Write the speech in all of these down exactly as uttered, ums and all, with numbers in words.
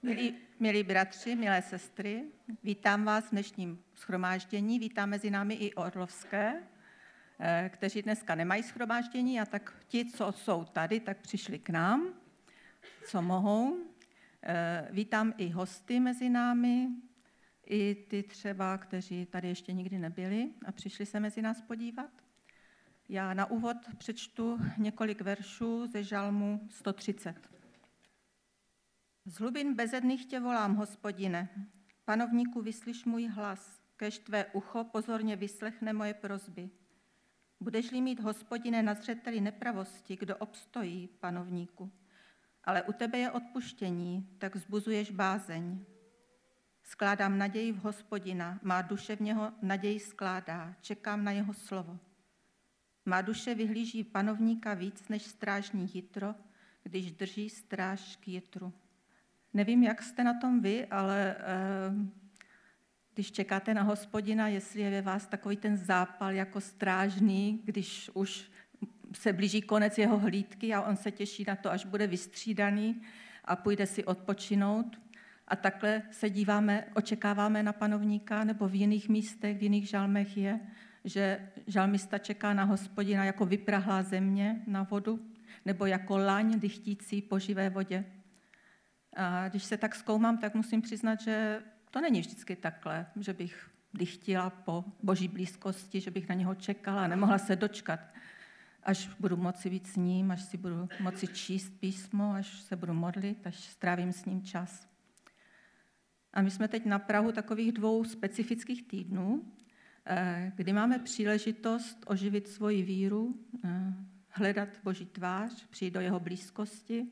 Milí, milí bratři, milé sestry, vítám vás v dnešním shromáždění. Vítám mezi námi i orlovské, kteří dneska nemají shromáždění, a tak ti, co jsou tady, tak přišli k nám, co mohou. Vítám i hosty mezi námi, i ty třeba, kteří tady ještě nikdy nebyli a přišli se mezi nás podívat. Já na úvod přečtu několik veršů ze žalmu sto třicet. Z hlubin bezedných tě volám, Hospodine. Panovníku, vyslyš můj hlas, kéž tvé ucho pozorně vyslechne moje prosby. Budeš-li mít, Hospodine, na zřeteli nepravosti, kdo obstojí, panovníku. Ale u tebe je odpuštění, tak vzbuzuješ bázeň. Skládám naději v Hospodina, má duše v něho naději skládá, čekám na jeho slovo. Má duše vyhlíží panovníka víc než strážní jitro, když drží stráž k jitru. Nevím, jak jste na tom vy, ale eh, když čekáte na Hospodina, jestli je ve vás takový ten zápal jako strážný, když už se blíží konec jeho hlídky a on se těší na to, až bude vystřídaný a půjde si odpočinout. A takhle se díváme, očekáváme na panovníka, nebo v jiných místech, v jiných žalmech je, že žalmista čeká na Hospodina jako vyprahlá země na vodu, nebo jako laň dychtící po živé vodě. A když se tak zkoumám, tak musím přiznat, že to není vždycky takhle, že bych dychtila po boží blízkosti, že bych na něho čekala a nemohla se dočkat, až budu moci být s ním, až si budu moci číst písmo, až se budu modlit, až strávím s ním čas. A my jsme teď na prahu takových dvou specifických týdnů, kdy máme příležitost oživit svoji víru, hledat Boží tvář, přijít do jeho blízkosti.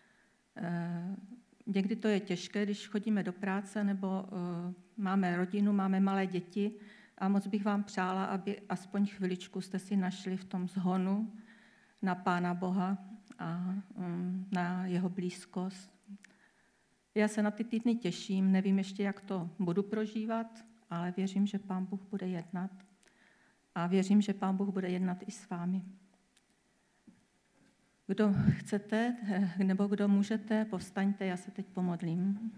Někdy to je těžké, když chodíme do práce nebo máme rodinu, máme malé děti a moc bych vám přála, aby aspoň chviličku jste si našli v tom zhonu na Pána Boha a na jeho blízkost. Já se na ty týdny těším, nevím ještě, jak to budu prožívat, ale věřím, že Pán Bůh bude jednat a věřím, že Pán Bůh bude jednat i s vámi. Kdo chcete, nebo kdo můžete, povstaňte, já se teď pomodlím.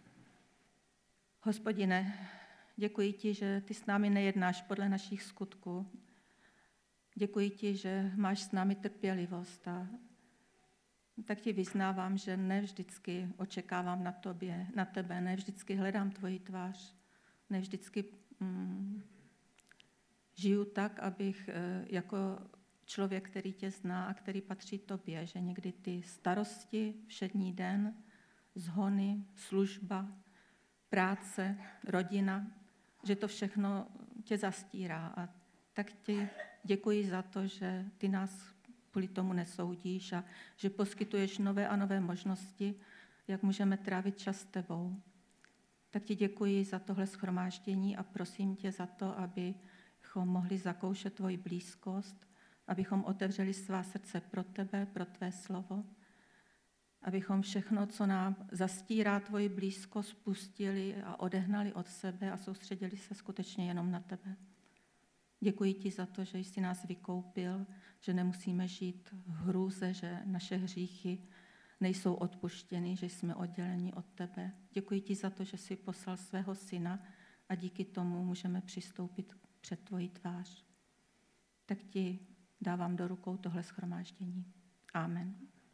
Hospodine, děkuji ti, že ty s námi nejednáš podle našich skutků. Děkuji ti, že máš s námi trpělivost a tak ti vyznávám, že ne vždycky očekávám na tobě, na tebe, ne vždycky hledám tvoji tvář, ne vždycky mm, žiju tak, abych jako člověk, který tě zná a který patří tobě, že někdy ty starosti, všední den, zhony, služba, práce, rodina, že to všechno tě zastírá. A tak ti děkuji za to, že ty nás kvůli tomu nesoudíš a že poskytuješ nové a nové možnosti, jak můžeme trávit čas s tebou. Tak ti děkuji za tohle shromáždění a prosím tě za to, abychom mohli zakoušet tvoji blízkost, abychom otevřeli svá srdce pro tebe, pro tvé slovo, abychom všechno, co nám zastírá tvoji blízkost, pustili a odehnali od sebe a soustředili se skutečně jenom na tebe. Děkuji ti za to, že jsi nás vykoupil, že nemusíme žít v hrůze, že naše hříchy nejsou odpuštěny, že jsme odděleni od tebe. Děkuji ti za to, že jsi poslal svého syna a díky tomu můžeme přistoupit před tvoji tvář. Tak ti dávám do rukou tohle shromáždění. Amen.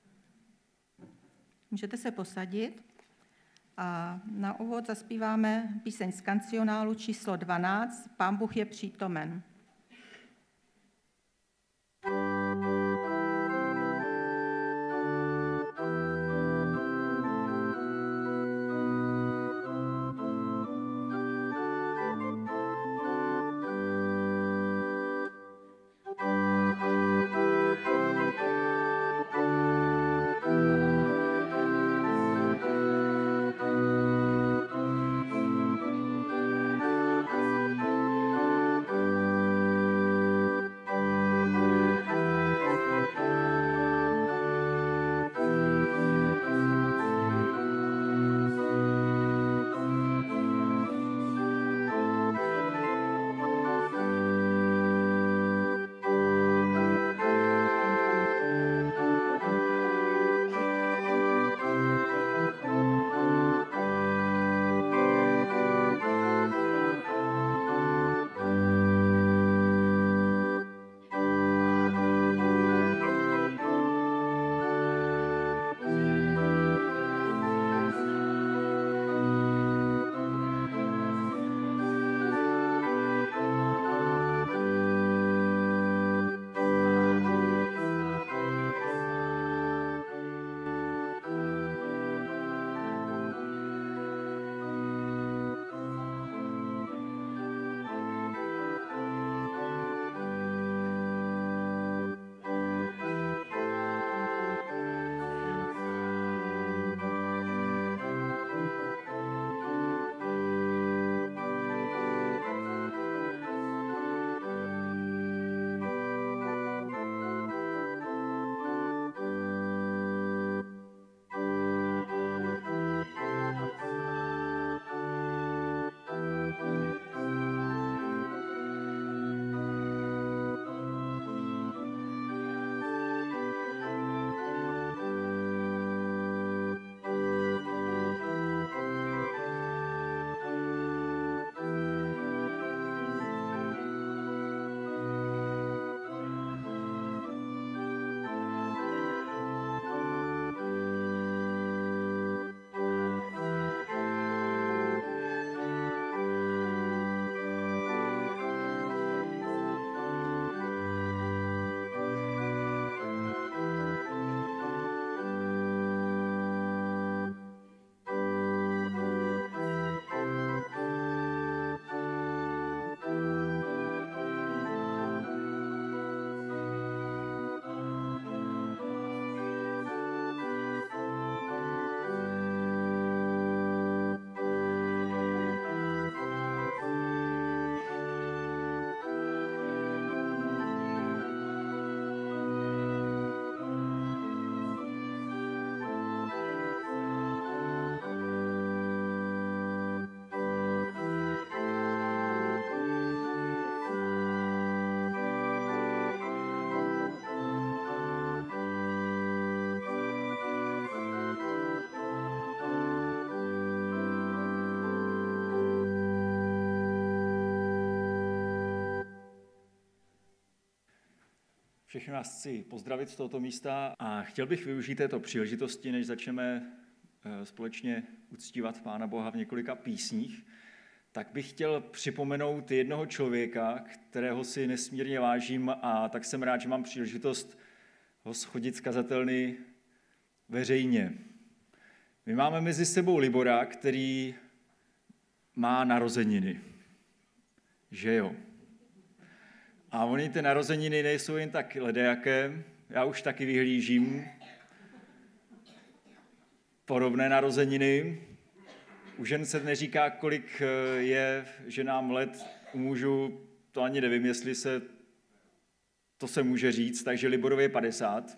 Můžete se posadit a na úvod zaspíváme píseň z kancionálu číslo dvanáct, Pán Bůh je přítomen. Thank you. Všechny vás chci pozdravit z tohoto místa a chtěl bych využít této příležitosti, než začneme společně uctívat Pána Boha v několika písních, tak bych chtěl připomenout jednoho člověka, kterého si nesmírně vážím, a tak jsem rád, že mám příležitost ho schodit z kazatelny veřejně. My máme mezi sebou Libora, který má narozeniny. Že jo? A oni ty narozeniny nejsou jen tak ledajaké, já už taky vyhlížím podobné narozeniny. U žen se neříká, kolik je ženám let, u mužů to ani nevím, jestli se to se může říct, takže Liborovi je padesát.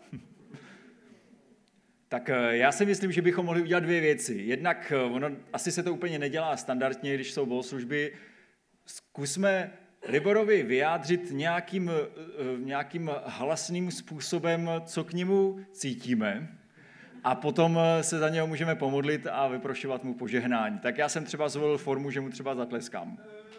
Tak já si myslím, že bychom mohli udělat dvě věci. Jednak, ono asi se to úplně nedělá standardně, když jsou bohoslužby, zkusme Liborovi vyjádřit nějakým, nějakým hlasným způsobem, co k němu cítíme, a potom se za něho můžeme pomodlit a vyprošovat mu požehnání. Tak já jsem třeba zvolil formu, že mu třeba zatleskám.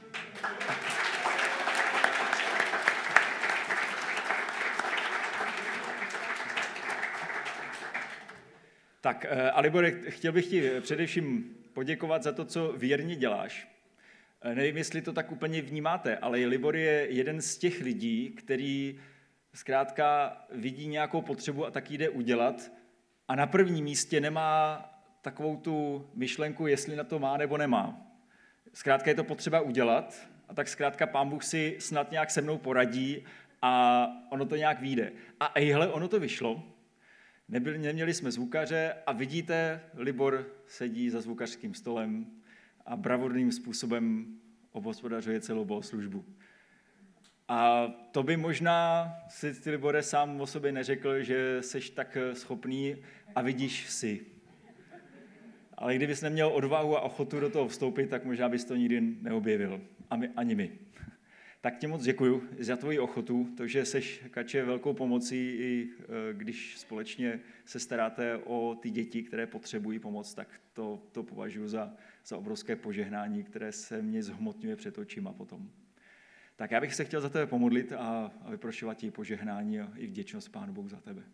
Tak a Libore, chtěl bych ti především poděkovat za to, co věrně děláš. Nevím, jestli to tak úplně vnímáte, ale Libor je jeden z těch lidí, který zkrátka vidí nějakou potřebu a tak jde udělat a na prvním místě nemá takovou tu myšlenku, jestli na to má nebo nemá. Zkrátka je to potřeba udělat a tak zkrátka Pán Bůh si snad nějak se mnou poradí a ono to nějak vyjde. A ejhle, ono to vyšlo. Nebyli, neměli jsme zvukaře a vidíte, Libor sedí za zvukařským stolem a bravurným způsobem obhospodařuje celou bohoslužbu. A to by možná si ty, Libore, sám o sobě neřekl, že seš tak schopný a vidíš si. Ale kdybys neměl odvahu a ochotu do toho vstoupit, tak možná bys to nikdy neobjevil. A my, ani my. Tak ti moc děkuju za tvoji ochotu, to, že seš, Kače, velkou pomocí, i když společně se staráte o ty děti, které potřebují pomoc, tak to, to považuji za, za obrovské požehnání, které se mě zhmotňuje před očima potom. Tak já bych se chtěl za tebe pomodlit a, a vyprošovat ti požehnání a i vděčnost Pánu Bohu za tebe.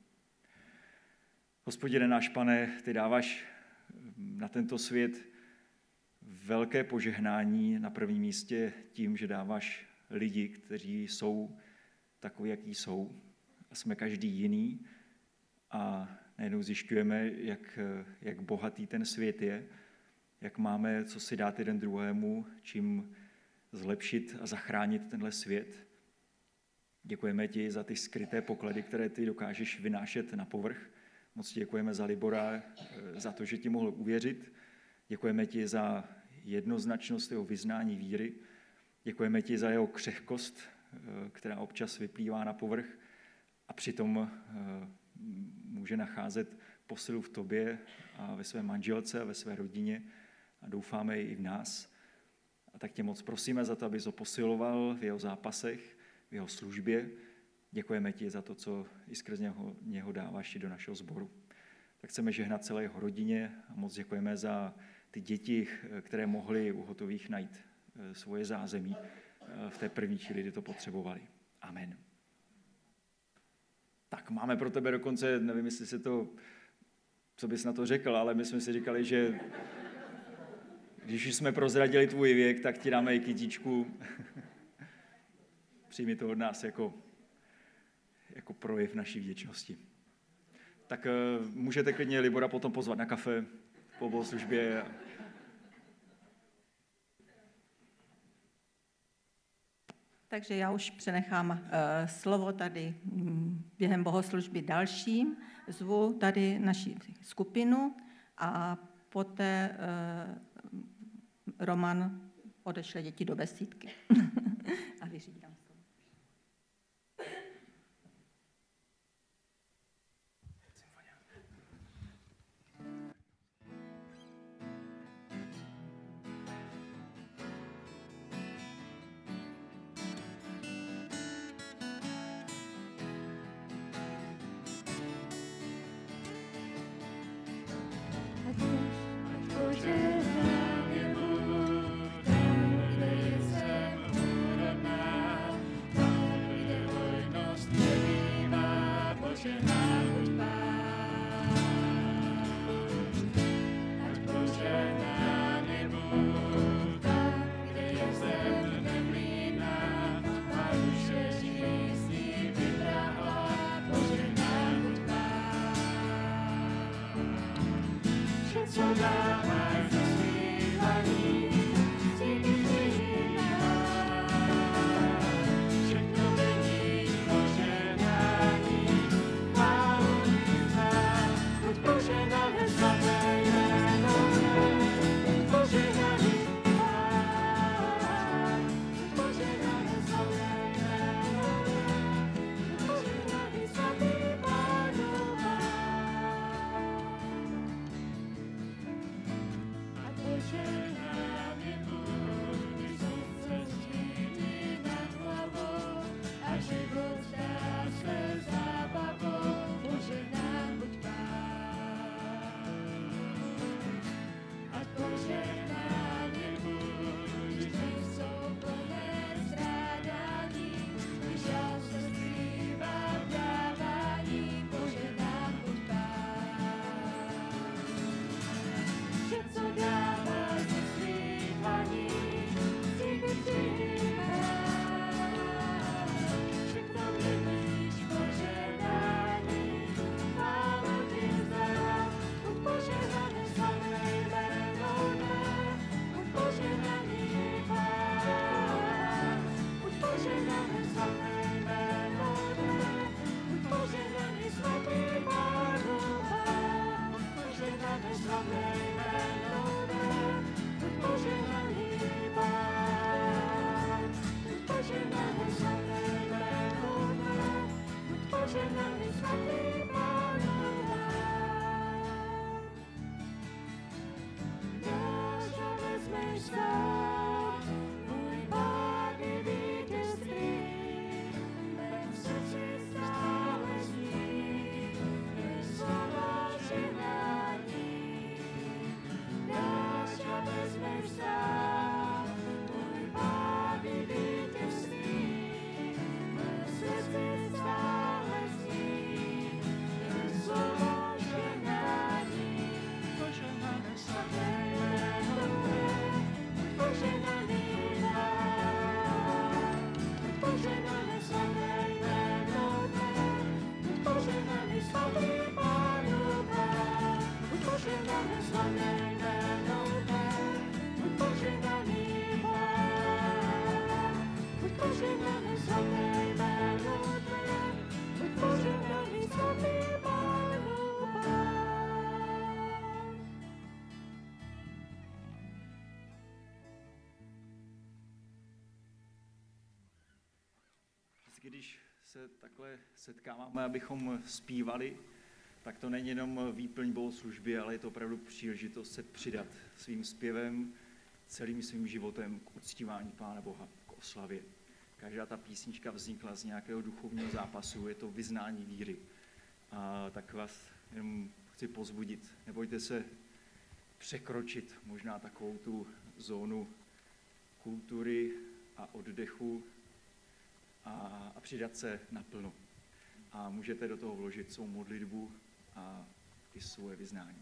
Hospodine náš Pane, ty dáváš na tento svět velké požehnání na prvním místě tím, že dáváš lidi, kteří jsou takoví, jaký jsou. A jsme každý jiný a najednou zjišťujeme, jak, jak bohatý ten svět je, jak máme co si dát jeden druhému, čím zlepšit a zachránit tenhle svět. Děkujeme ti za ty skryté poklady, které ty dokážeš vynášet na povrch. Moc děkujeme za Libora, za to, že ti mohl uvěřit. Děkujeme ti za jednoznačnost jeho vyznání víry. Děkujeme ti za jeho křehkost, která občas vyplývá na povrch a přitom může nacházet posilu v tobě a ve své manželce a ve své rodině a doufáme i v nás. A tak tě moc prosíme za to, abys ho posiloval v jeho zápasech, v jeho službě. Děkujeme ti za to, co i skrz něho, něho dáváš i do našeho sboru. Tak chceme žehnat celé jeho rodině a moc děkujeme za ty děti, které mohly u hotových najít svoje zázemí v té první chvíli, kdy to potřebovali. Amen. Tak máme pro tebe dokonce, nevím, jestli se to, co bys na to řekl, ale my jsme si říkali, že když jsme prozradili tvůj věk, tak ti dáme i kytičku. Přijmi to od nás jako, jako projev naší vděčnosti. Tak uh, můžete klidně Libora potom pozvat na kafe po bohoslužbě. Takže já už přenechám uh, slovo tady um, během bohoslužby dalším. Zvu tady naši skupinu a poté uh, Roman odešle děti do besídky. A vyřídám slovo. Požehnán je Bůh, tam, kde jsem urodná. požehnán buď Pán. Ať požehnán je Bůh tam, kde je zem nemlývná, a duše žijí s ním vytrahla, požehnán buď Pán. Vše, co dáváš za smívaní, díky přijímá. Všechno není požehnání, chválu ti znám. Buď požehnané svaté jméno tvé, buď požehnaný Pán. Buď požehnané svaté jméno tvé, buď požehnaný svatý Pánu Pán. Ať požehnán je Bůh, když slunce svítí nad hlavou a život dá se zábavou, požehnán buď Pán. Ať požehnán je Bůh, když nejsou plné strádání, když žal se skrývá v dávání, požehnán buď Pán. Vše, co dáváš ze svých dlaní, díky přijímá. Všechno měníš požehnání, chválu ti vzdám. Buď požehnané svaté jméno tvé, buď požehnaný Pán. Buď požehnané svaté jméno tvé, buď požehnaný svatý Pánu Pán. Buď požehnané svaté jméno tvé, buď požehnaný Pán. Buď požehnané svaté jméno tvé, buď požehnaný svatý Pánu Pán. Dáš a vezmeš sám, můj Pán je vítězství, mém srdci stále zní, je slovo žehnání. Dáš a vezmeš sám, můj Pán je vítězství, mém srdci stále zní, je slovo žehnání. Požehnané svaté jméno tvé, buď požehnaný Pán. Buď požehnané svaté jméno tvé, buď požehnaný svatý Pánu Pán. Buď požehnané svaté jméno tvé, buď požehnaný Pán. Buď požehnané svaté jméno tvé, buď požehnaný svatý Pánu Pán. Vždycky, když se takhle setkáváme, abychom zpívali, tak to není jenom výplň bohoslužby, ale je to opravdu příležitost se přidat svým zpěvem, celým svým životem k uctívání Pána Boha, k oslavě. Každá ta písnička vznikla z nějakého duchovního zápasu, je to vyznání víry. A tak vás jenom chci pozbudit. Nebojte se překročit možná takovou tu zónu kultury a oddechu a, a přidat se naplno. A můžete do toho vložit svou modlitbu a i svoje vyznání.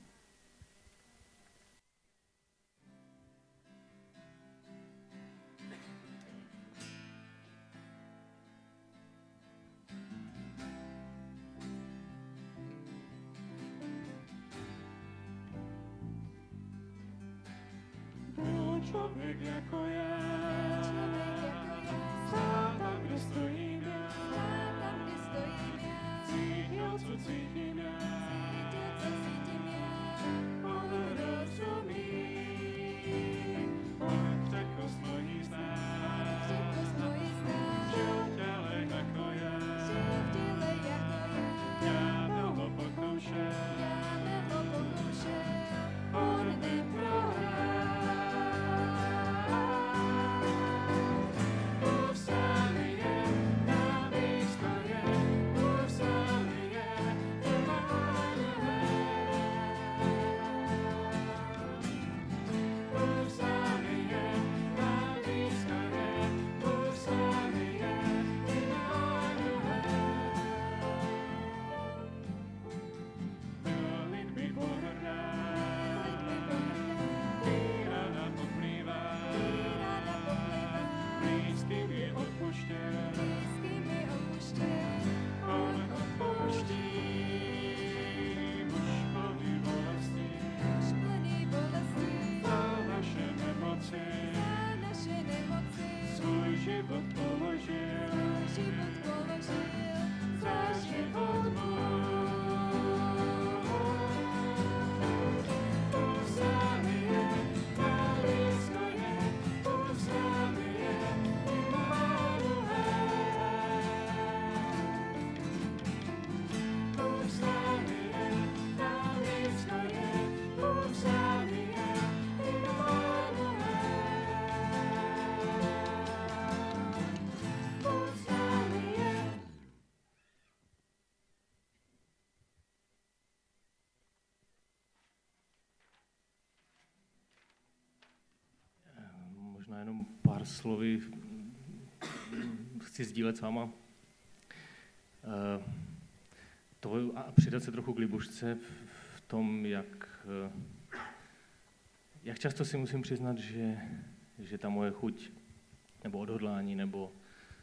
Byl člověk jako já, stál tam, kde stojím já, cítil, co cítím já, on rozumí, on křehkost mojí zná, žil v těle jako já, já mnoho pokoušel, on neprohrál. Povstane je jenom pár slovy chci sdílet s váma. To a přidat se trochu k Libušce v tom, jak, jak často si musím přiznat, že, že ta moje chuť nebo odhodlání nebo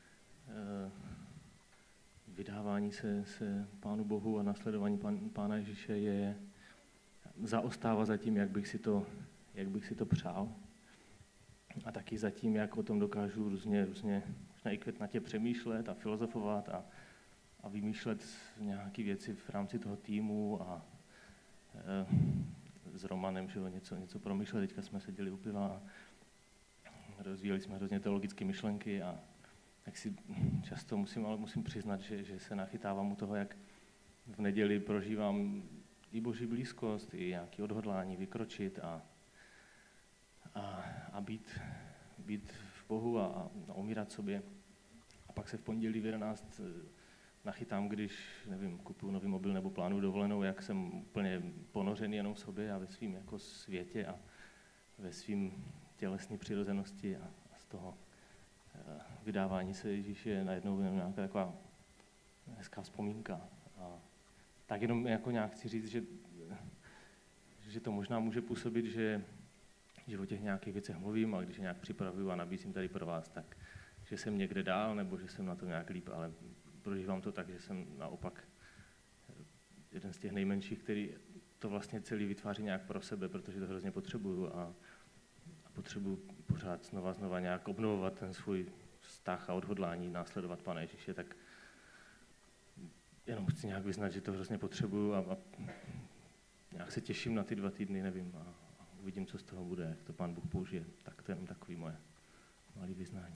vydávání se, se Pánu Bohu a následování pán, Pána Ježíše je zaostává za tím, jak bych si to, jak bych si to přál. A taky za tím, jak o tom dokážu různě, různě možná i květnatě přemýšlet a filozofovat a, a vymýšlet nějaké věci v rámci toho týmu a e, s Romanem, že jo, něco, něco promýšlet. Teďka jsme seděli u piva a rozvíjeli jsme hrozně teologické myšlenky a tak si často musím, ale musím přiznat, že, že se nachytávám u toho, jak v neděli prožívám i Boží blízkost, i nějaké odhodlání vykročit a, a, a být, být v Bohu a, a umírat sobě. A pak se v pondělí v jedenáct nachytám, když, nevím, kupuju nový mobil nebo plánuju dovolenou, jak jsem úplně ponořený jenom v sobě a ve svým jako světě a ve svým tělesné přirozenosti a, a z toho vydávání se Ježíše je najednou nějaká taková hezká vzpomínka. A tak jenom jako nějak chci říct, že, že to možná může působit, že, že o těch nějakých věcech mluvím a když je nějak připravuju a nabízím tady pro vás, tak že jsem někde dál nebo že jsem na to nějak líp, ale prožívám to tak, že jsem naopak jeden z těch nejmenších, který to vlastně celý vytváří nějak pro sebe, protože to hrozně potřebuju a potřebuji pořád znova, znova nějak obnovovat ten svůj vztah a odhodlání následovat Pána Ježíše, tak jenom chci nějak vyznat, že to hrozně potřebuju a, a nějak se těším na ty dva týdny, nevím, a, a uvidím, co z toho bude, jak to Pán Bůh použije. Tak to je jenom takový moje malé vyznání.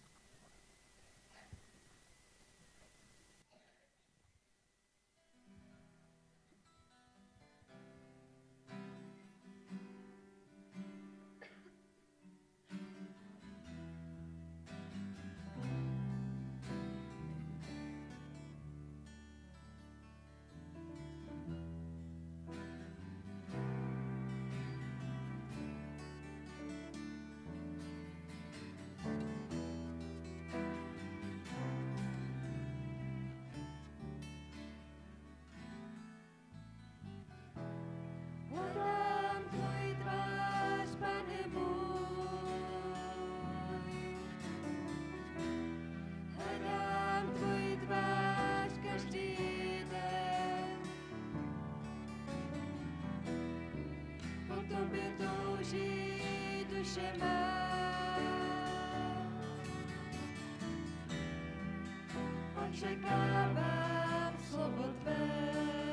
Očekávám slovo tvé.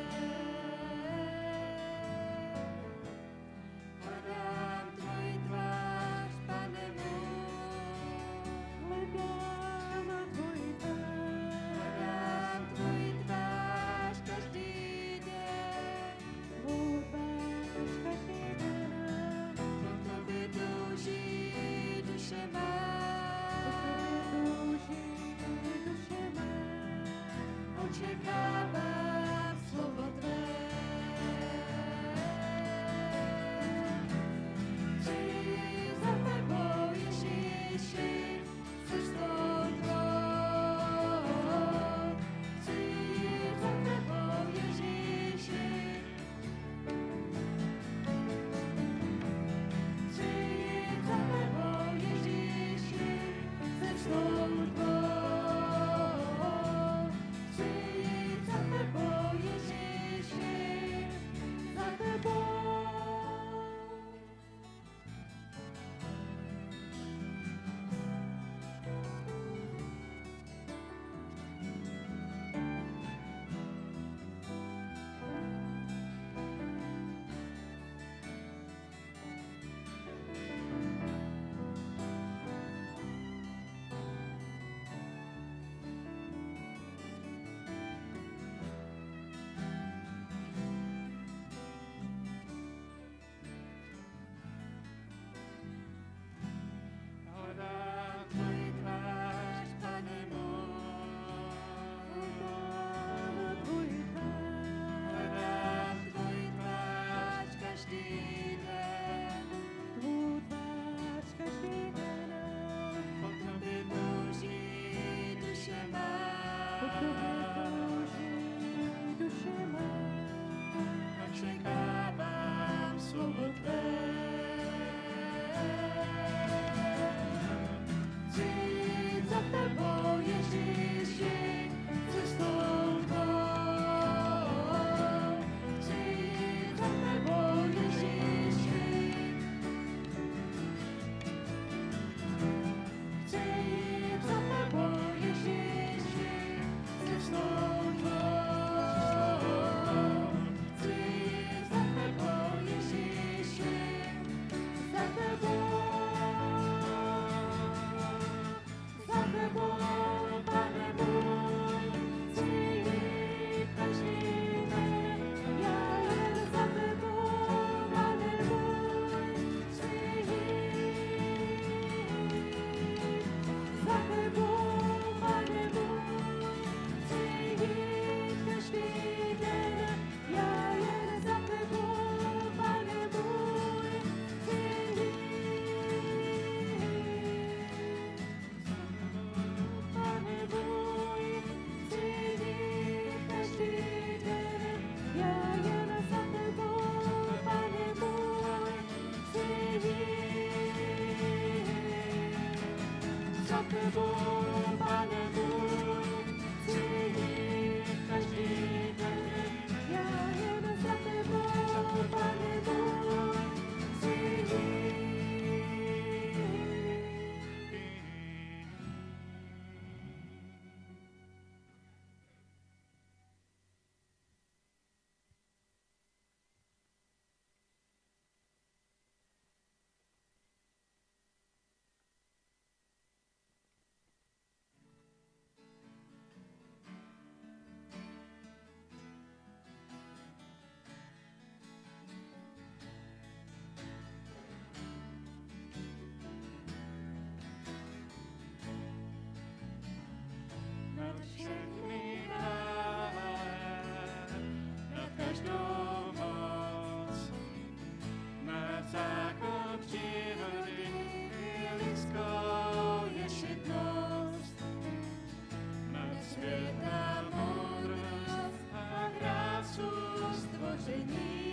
Hledám tvoji tvář, Pane můj. Hledám na tvoji tvář. Hledám tvoji tvář každý den. Tvou tvář každý den. Po tobě touží duše má. Očekávám slovo tvé. Chci za tebou, Ježíši, cestou tvou. Chci za tebou, Ježíši. Chci za tebou, Ježíši, cestou tvou. každou moc, nad zákon přírody i lidskou ješitnost, nad světa moudrost a krásu stvoření.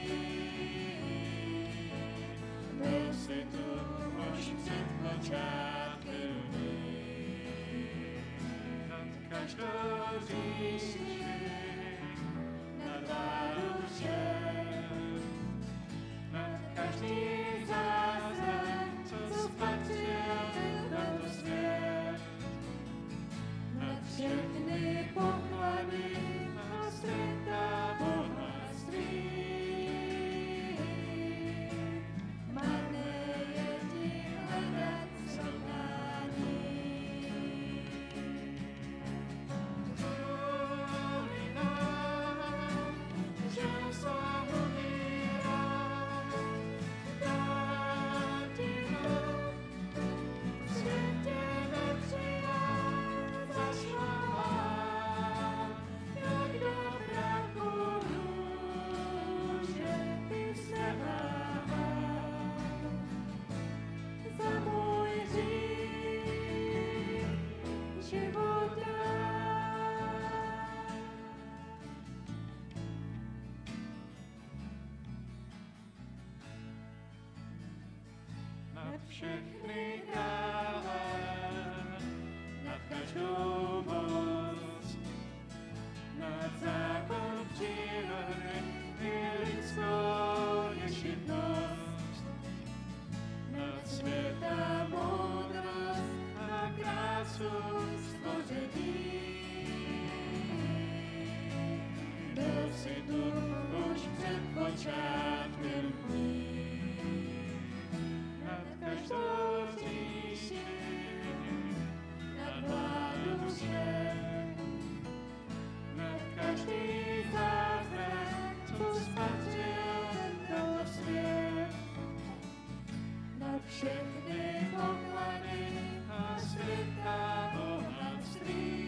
Byl jsi tu už před počátkem dní, nad každou říši, nad váru všem, nad každý zázrak, co spatřil tento svět, nad všechny poklady a světa bohatství. Marné je ti hledat srovnání. Kvůli nám, že slavu mírám, dám ti ho, svět tě nepřijal, zašla, jak do prachu růže, ty se váhá. Za můj hřích život dám. Nad všechny krále, nad každou moc, nad zákon přírody i lidskou ješitnost, nad světa moudrost a krásu stvoření. Byl jsi tu už před počátkem dní, nad každou říši, nad vládu všem, nad každý zázrak, co spatřil tento svět, nad všechny poklady a světa bohatství.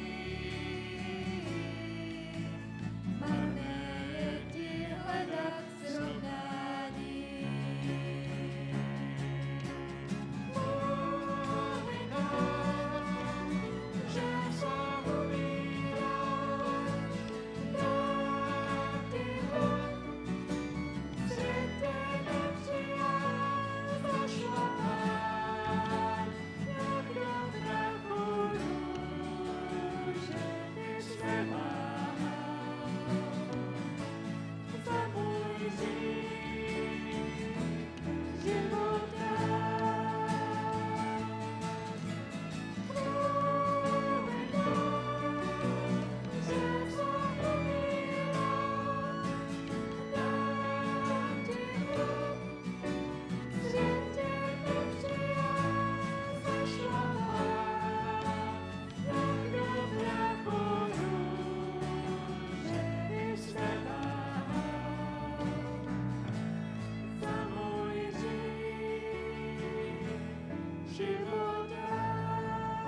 Marné je ti hledat srovnání. Mluví nám, že slavu mírám, dám ti ho, svět tě nepřijal, zašlapá, jak do prachu růže, ty se váhá. Za můj hřích život dám. Kvůli nám, že slavu mírám, dám ti ho, svět tě nepřijal, zašlapá, jak do prachu růže, ty se váhá. Za můj hřích život dám.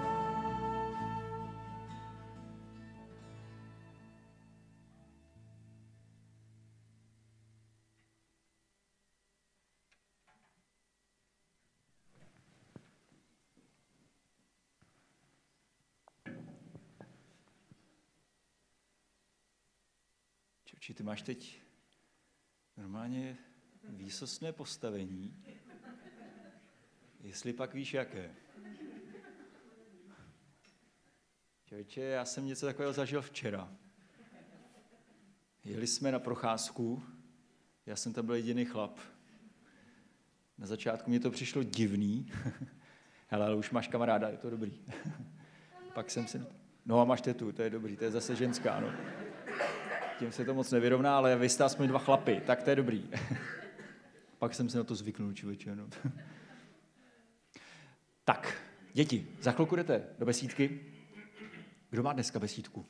Čoči, ty máš teď normálně výsostné postavení, jestli pak víš jaké. Čoče, já jsem něco takového zažil včera. Jeli jsme na procházku, já jsem tam byl jediný chlap. Na začátku mě to přišlo divný, hele, ale už máš kamaráda, je to dobrý. Pak jsem si... No a máš tetu, to je dobrý, to je zase ženská, no. Tím se to moc nevyrovná, ale vy jste aspoň dva chlapy, tak to je dobrý. Pak jsem se na to zvyknul, člověče, no. Tak, děti, za chvilku jdete do besídky. Kdo má dneska besídku?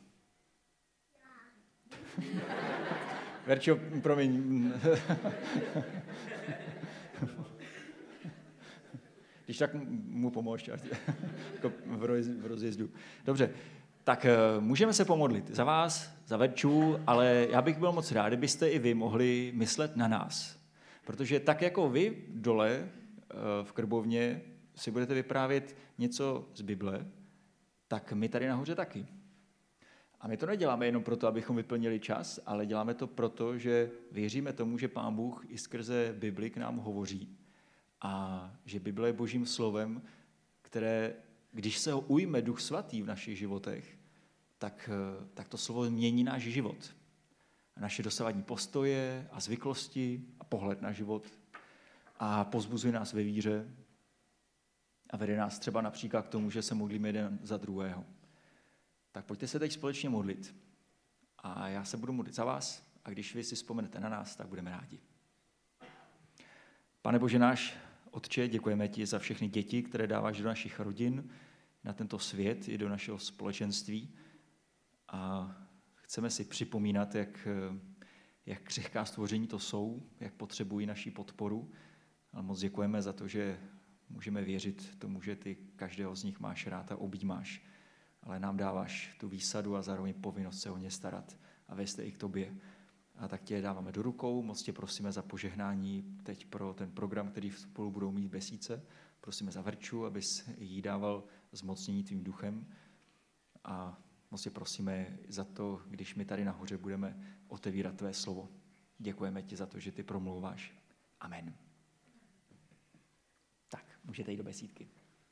Verčo, promiň. Když tak mu pomož, jako v rozjezdu. Dobře, Tak můžeme se pomodlit za vás, za Verču, ale já bych byl moc rád, kdybyste i vy mohli myslet na nás. Protože tak jako vy dole v Krbovně si budete vyprávět něco z Bible, tak my tady nahoře taky. A my to neděláme jenom proto, abychom vyplnili čas, ale děláme to proto, že věříme tomu, že Pán Bůh i skrze Bibli k nám hovoří. A že Bible je Božím slovem, které, když se ho ujme Duch Svatý v našich životech, tak, tak to slovo mění náš život. A naše dosavadní postoje a zvyklosti a pohled na život. A povzbuzuje nás ve víře a vede nás třeba například k tomu, že se modlíme jeden za druhého. Tak pojďte se teď společně modlit. A já se budu modlit za vás a když vy si vzpomenete na nás, tak budeme rádi. Pane Bože náš, Otče, děkujeme ti za všechny děti, které dáváš do našich rodin, na tento svět i do našeho společenství. A chceme si připomínat, jak, jak křehká stvoření to jsou, jak potřebují naši podporu. Ale moc děkujeme za to, že můžeme věřit tomu, že ty každého z nich máš rád a objímáš. Ale nám dáváš tu výsadu a zároveň povinnost se o ně starat a vést i k tobě. A tak tě dáváme do rukou, moc tě prosíme za požehnání teď pro ten program, který spolu budou mít Besíce. Prosíme za Verču, abys jí dával zmocnění tvým duchem. A moc tě prosíme za to, když my tady nahoře budeme otevírat tvé slovo. Děkujeme ti za to, že ty promlouváš. Amen. Tak, můžete jít do besídky.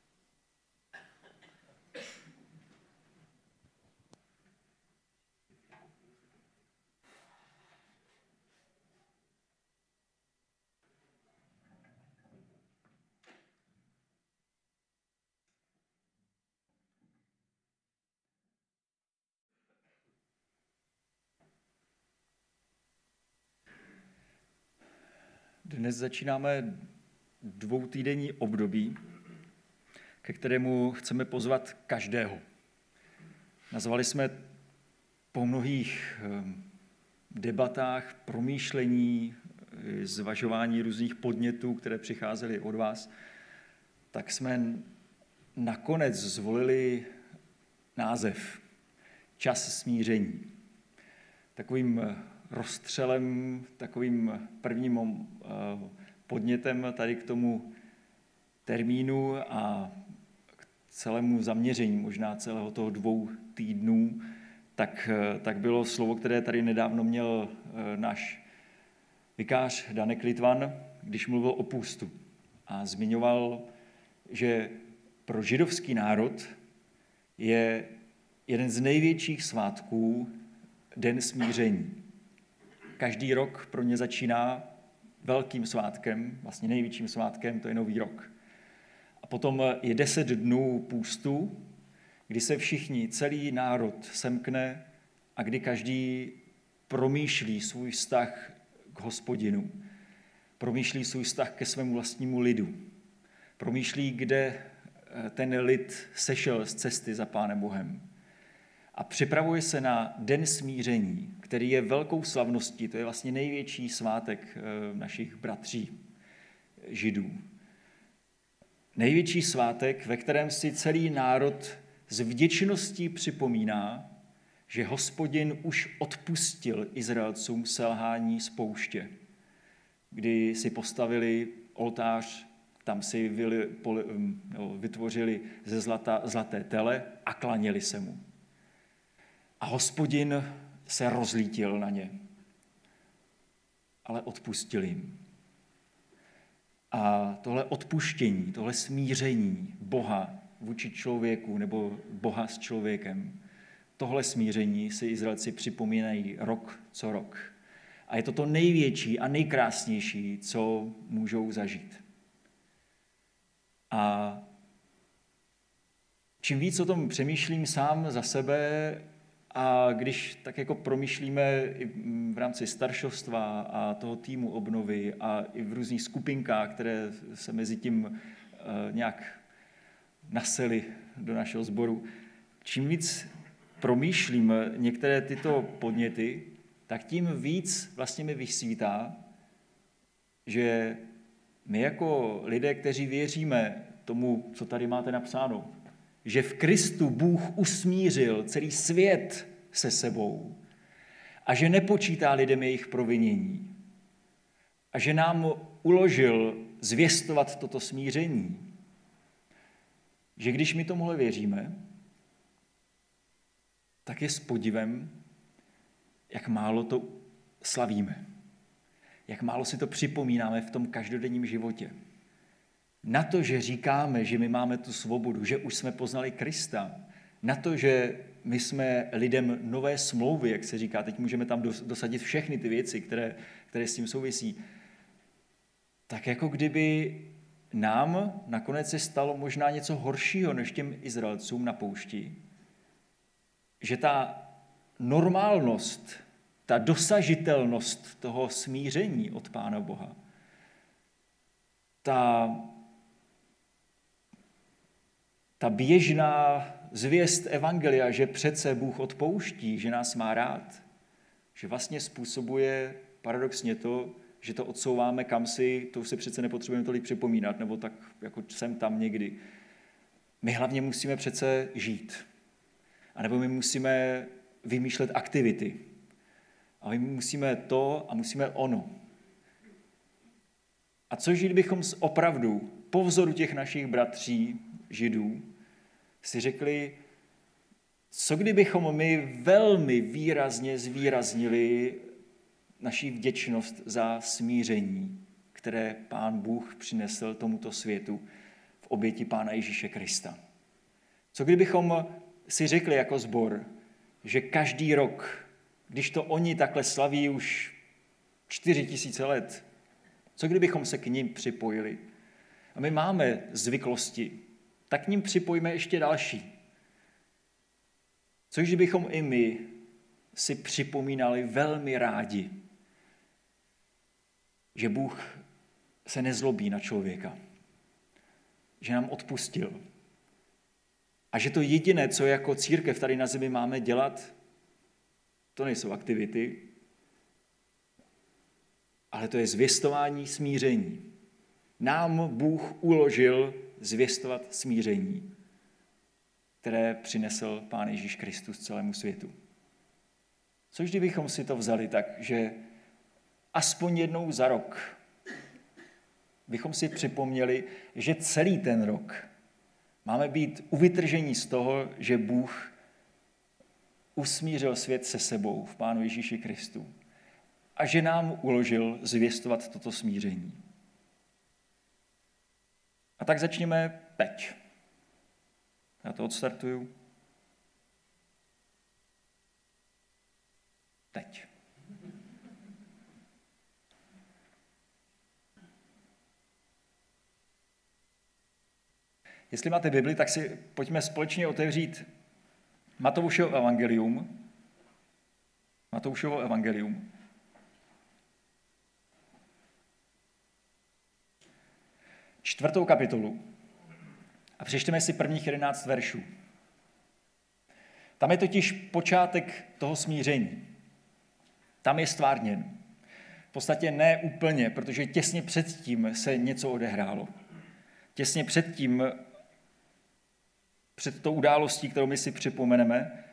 Dnes začínáme dvoutýdenní období, ke kterému chceme pozvat každého. Nazvali jsme po mnohých debatách, promýšlení, zvažování různých podnětů, které přicházely od vás, tak jsme nakonec zvolili název Čas smíření. Takovým rozstřelem, takovým prvním podnětem tady k tomu termínu a k celému zaměření, možná celého toho dvou týdnů, tak, tak bylo slovo, které tady nedávno měl náš vikář Danek Litvan, když mluvil o půstu. A zmiňoval, že pro židovský národ je jeden z největších svátků Den smíření. Každý rok pro ně začíná velkým svátkem, vlastně největším svátkem, to je Nový rok. A potom je deset dnů půstu, kdy se všichni, celý národ semkne a kdy každý promýšlí svůj vztah k Hospodinu. Promýšlí svůj vztah ke svému vlastnímu lidu. Promýšlí, kde ten lid sešel z cesty za Pánem Bohem. A připravuje se na Den smíření, který je velkou slavností, to je vlastně největší svátek našich bratří Židů. Největší svátek, ve kterém si celý národ s vděčností připomíná, že Hospodin už odpustil Izraelcům selhání z pouště, kdy si postavili oltář, tam si vyli, poli, no, vytvořili ze zlata, zlaté tele a klaněli se mu. A Hospodin se rozlítil na ně, ale odpustil jim. A tohle odpuštění, tohle smíření Boha vůči člověku nebo Boha s člověkem, tohle smíření si Izraelci připomínají rok co rok. A je to to největší a nejkrásnější, co můžou zažít. A čím víc o tom přemýšlím sám za sebe, a když tak jako promýšlíme i v rámci staršovstva a toho týmu obnovy a i v různých skupinkách, které se mezi tím nějak nasely do našeho sboru, čím víc promýšlím některé tyto podněty, tak tím víc vlastně mi vysvítá, že my jako lidé, kteří věříme tomu, co tady máte napsáno, že v Kristu Bůh usmířil celý svět se sebou a že nepočítá lidem jejich provinění a že nám uložil zvěstovat toto smíření. Že když my tomuhle věříme, tak je s podivem, jak málo to slavíme. Jak málo si to připomínáme v tom každodenním životě. Na to, že říkáme, že my máme tu svobodu, že už jsme poznali Krista, na to, že my jsme lidem nové smlouvy, jak se říká, teď můžeme tam dosadit všechny ty věci, které, které s tím souvisí, tak jako kdyby nám nakonec se stalo možná něco horšího než těm Izraelcům na poušti, že ta normálnost, ta dosažitelnost toho smíření od Pána Boha, ta, ta běžná zvěst evangelia, že přece Bůh odpouští, že nás má rád, že vlastně způsobuje paradoxně to, že to odsouváme kamsi, to už se přece nepotřebujeme tolik připomínat, nebo tak jako jsem tam někdy. My hlavně musíme přece žít. A nebo my musíme vymýšlet aktivity. A my musíme to a musíme ono. A co žít bychom opravdu po vzoru těch našich bratří, Židů, si řekli, co kdybychom my velmi výrazně zvýraznili naši vděčnost za smíření, které Pán Bůh přinesl tomuto světu v oběti Pána Ježíše Krista. Co kdybychom si řekli jako sbor, že každý rok, když to oni takhle slaví už čtyři tisíce let, co kdybychom se k nim připojili? A my máme zvyklosti, tak k ním připojíme ještě další. Co kdybychom i my si připomínali velmi rádi, že Bůh se nezlobí na člověka, že nám odpustil a že to jediné, co jako církev tady na zemi máme dělat, to nejsou aktivity, ale to je zvěstování smíření. Nám Bůh uložil zvěstovat smíření, které přinesl Pán Ježíš Kristus celému světu. Což kdybychom si to vzali tak, že aspoň jednou za rok bychom si připomněli, že celý ten rok máme být uvytržení z toho, že Bůh usmířil svět se sebou v Pánu Ježíši Kristu a že nám uložil zvěstovat toto smíření. A tak začněme teď. Já to odstartuju. Teď. Jestli máte Bibli, tak si pojďme společně otevřít Matoušovo evangelium. Matoušovo evangelium. Čtvrtou kapitolu. A přečteme si prvních jedenáct veršů. Tam je totiž počátek toho smíření. Tam je stvárněn. V podstatě ne úplně, protože těsně předtím se něco odehrálo. Těsně předtím, před tou událostí, kterou my si připomeneme,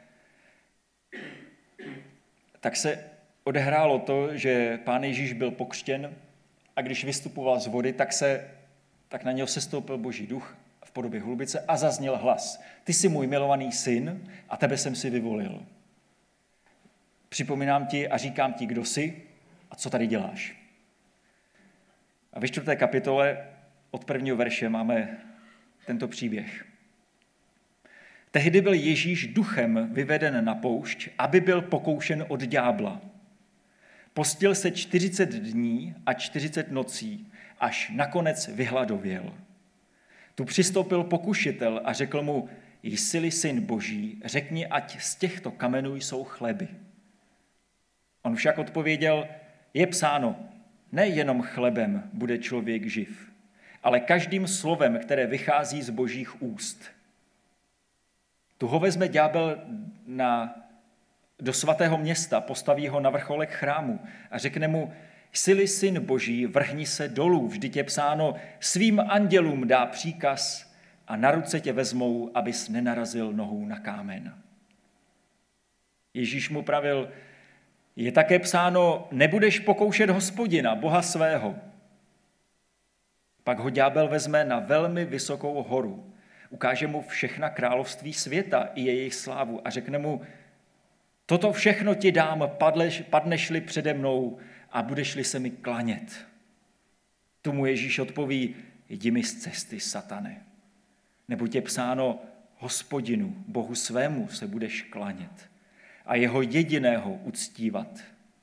tak se odehrálo to, že Pán Ježíš byl pokřtěn a když vystupoval z vody, tak, se, tak na něho sestoupil Boží duch v podobě holubice a zazněl hlas. Ty jsi můj milovaný syn a tebe jsem si vyvolil. Připomínám ti a říkám ti, kdo jsi a co tady děláš. A ve čtvrté kapitole od prvního verše máme tento příběh. Tehdy byl Ježíš duchem vyveden na poušť, aby byl pokoušen od ďábla. Postil se čtyřicet dní a čtyřicet nocí, až nakonec vyhladověl. Tu přistoupil pokušitel a řekl mu, jsi-li syn Boží, řekni, ať z těchto kamenů jsou chleby. On však odpověděl, je psáno, nejenom chlebem bude člověk živ, ale každým slovem, které vychází z Božích úst. Tu ho vezme ďábel na, do svatého města, postaví ho na vrcholek chrámu a řekne mu, jsi-li syn Boží, vrhni se dolů, vždyť je psáno, svým andělům dá příkaz a na ruce tě vezmou, abys nenarazil nohou na kámen. Ježíš mu pravil, je také psáno, nebudeš pokoušet Hospodina, Boha svého. Pak ho ďábel vezme na velmi vysokou horu, ukáže mu všechna království světa i jejich slávu a řekne mu, toto všechno ti dám, padleš, padneš-li přede mnou a budeš-li se mi klanět. Tomu Ježíš odpoví, jdi mi z cesty, satane. Neboť je psáno, Hospodinu, Bohu svému se budeš klanět a jeho jediného uctívat.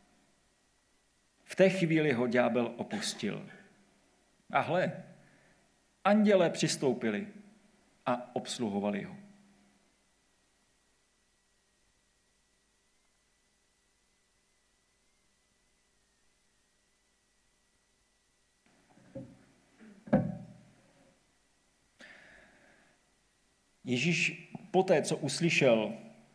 V té chvíli ho ďábel opustil. A hle, andělé přistoupili a obsluhovali ho. Ježíš poté, co uslyšel,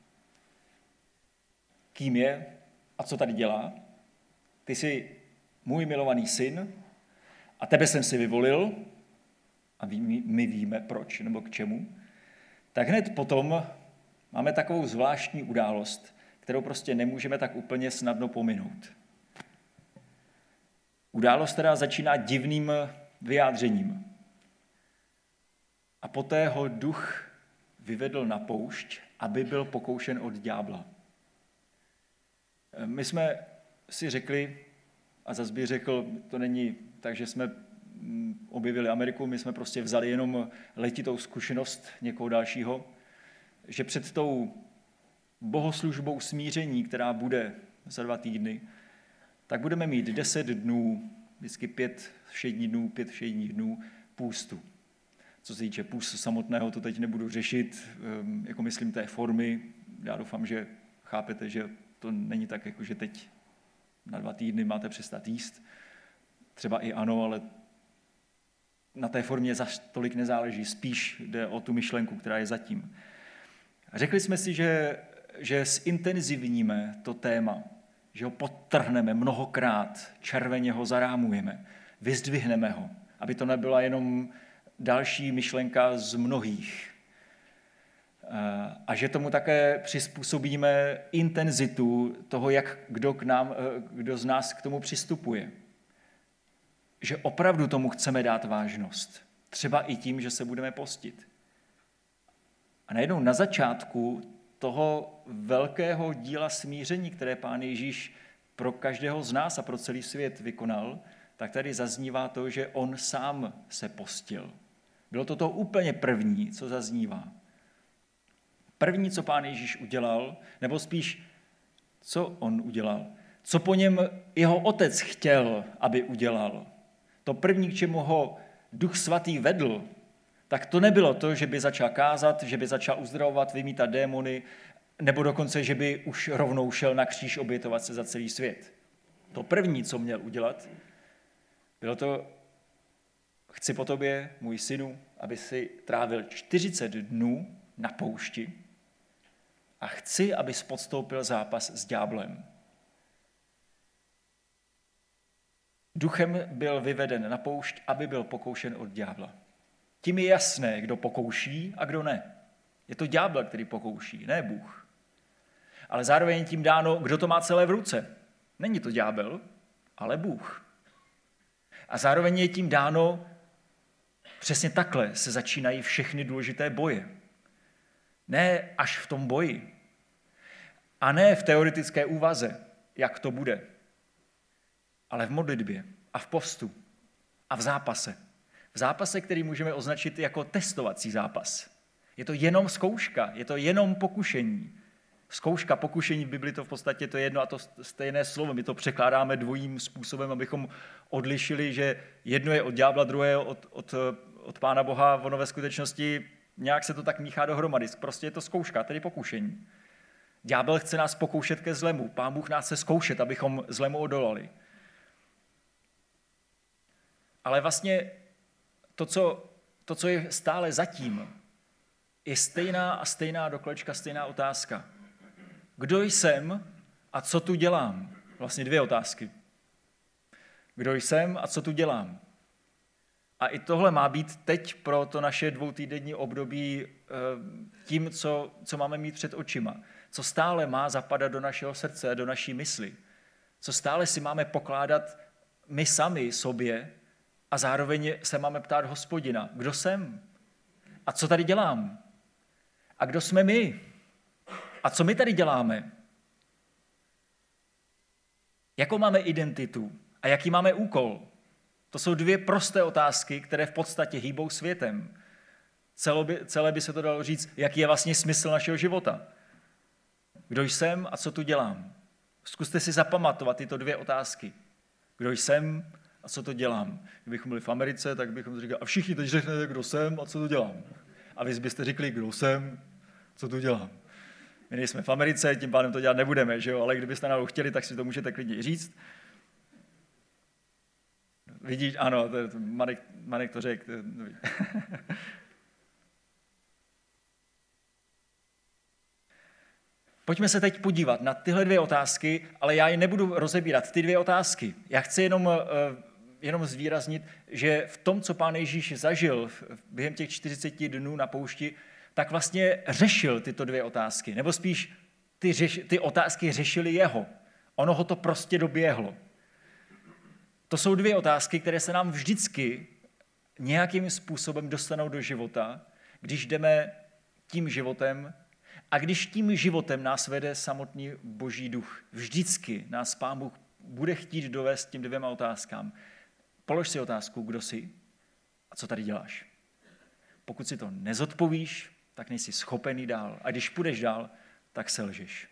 kým je a co tady dělá, ty jsi můj milovaný syn a tebe jsem si vyvolil, a my víme proč nebo k čemu, tak hned potom máme takovou zvláštní událost, kterou prostě nemůžeme tak úplně snadno pominout. Událost, která začíná divným vyjádřením. A poté ho duch vyvedl na poušť, aby byl pokoušen od ďábla. My jsme si řekli, a zas bych řekl, to není tak, že jsme objevili Ameriku, my jsme prostě vzali jenom letitou zkušenost někoho dalšího, že před tou bohoslužbou smíření, která bude za dva týdny, tak budeme mít deset dnů, vždycky pět všedních dnů, pět všedních dnů půstu. Co se týče půstu samotného, to teď nebudu řešit, jako myslím té formy. Já doufám, že chápete, že to není tak, jako že teď na dva týdny máte přestat jíst. Třeba i ano, ale na té formě za tolik nezáleží. Spíš jde o tu myšlenku, která je zatím. Řekli jsme si, že, že zintenzivníme to téma, že ho podtrhneme mnohokrát, červeně ho zarámujeme, vyzdvihneme ho, aby to nebyla jenom další myšlenka z mnohých. A že tomu také přizpůsobíme intenzitu toho, jak kdo, k nám, kdo z nás k tomu přistupuje. Že opravdu tomu chceme dát vážnost. Třeba i tím, že se budeme postit. A najednou na začátku toho velkého díla smíření, které Pán Ježíš pro každého z nás a pro celý svět vykonal, tak tady zaznívá to, že on sám se postil. Bylo to to úplně první, co zaznívá. První, co Pán Ježíš udělal, nebo spíš, co on udělal, co po něm jeho otec chtěl, aby udělal. To první, k čemu ho Duch Svatý vedl, tak to nebylo to, že by začal kázat, že by začal uzdravovat, vymítat démony, nebo dokonce, že by už rovnou šel na kříž obětovat se za celý svět. To první, co měl udělat, bylo to, chci po tobě, můj synu, aby si trávil čtyřicet dnů na poušti a chci, abys podstoupil zápas s ďáblem. Duchem byl vyveden na poušť, aby byl pokoušen od ďábla. Tím je jasné, kdo pokouší a kdo ne. Je to ďábel, který pokouší, ne Bůh. Ale zároveň je tím dáno, kdo to má celé v ruce. Není to ďábel, ale Bůh. A zároveň je tím dáno, přesně takhle se začínají všechny důležité boje. Ne až v tom boji. A ne v teoretické úvaze, jak to bude. Ale v modlitbě a v postu a v zápase. V zápase, který můžeme označit jako testovací zápas. Je to jenom zkouška, je to jenom pokušení. Zkouška, pokušení v Bibli to v podstatě to je jedno a to stejné slovo. My to překládáme dvojím způsobem, abychom odlišili, že jedno je od ďábla, druhé je od, od, od Pána Boha. Ono ve skutečnosti nějak se to tak míchá dohromady. Prostě je to zkouška, tedy pokušení. Ďábel chce nás pokoušet ke zlému. Pán Bůh nás chce zkoušet, abychom zlému odolali. Ale vlastně to, co, to, co je stále zatím, je stejná a stejná doklečka, stejná otázka. Kdo jsem a co tu dělám? Vlastně dvě otázky. Kdo jsem a co tu dělám? A i tohle má být teď pro to naše dvoutýdenní období tím, co, co máme mít před očima. Co stále má zapadat do našeho srdce, do naší mysli. Co stále si máme pokládat my sami sobě a zároveň se máme ptát Hospodina, kdo jsem? A co tady dělám? A kdo jsme my? A co my tady děláme? Jakou máme identitu? A jaký máme úkol? To jsou dvě prosté otázky, které v podstatě hýbou světem. Celé by, celé by se to dalo říct, jaký je vlastně smysl našeho života. Kdo jsem a co tu dělám? Zkuste si zapamatovat tyto dvě otázky. Kdo jsem a co to dělám? Kdybychom byli v Americe, tak bychom říkali, a všichni teď řeknete, kdo jsem a co tu dělám. A vy byste řekli, kdo jsem, co tu dělám. My nejsme v Americe, tím pádem to dělat nebudeme, že jo? Ale kdybyste náhodou chtěli, tak si to můžete klidně říct. Vidíš, ano, to, to, Marek, Marek to řekl. Pojďme se teď podívat na tyhle dvě otázky, ale já je nebudu rozebírat, ty dvě otázky. Já chci jenom, jenom zvýraznit, že v tom, co Pán Ježíš zažil během těch čtyřiceti dnů na poušti, tak vlastně řešil tyto dvě otázky. Nebo spíš ty, řeš, ty otázky řešily jeho. Ono ho to prostě doběhlo. To jsou dvě otázky, které se nám vždycky nějakým způsobem dostanou do života, když jdeme tím životem a když tím životem nás vede samotný Boží duch. Vždycky nás Pán Bůh bude chtít dovést tím dvěma otázkám. Polož si otázku, kdo jsi a co tady děláš. Pokud si to nezodpovíš, tak nejsi schopený dál. A když půjdeš dál, tak selžeš.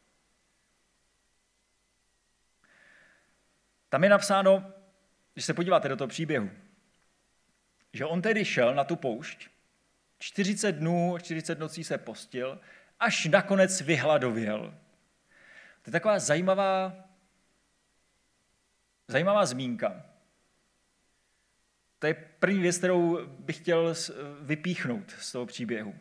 Tam je napsáno, když se podíváte do toho příběhu, že on tedy šel na tu poušť, čtyřicet dnů, čtyřicet nocí se postil, až nakonec vyhladověl. To je taková zajímavá, zajímavá zmínka. To je první věc, kterou bych chtěl vypíchnout z toho příběhu.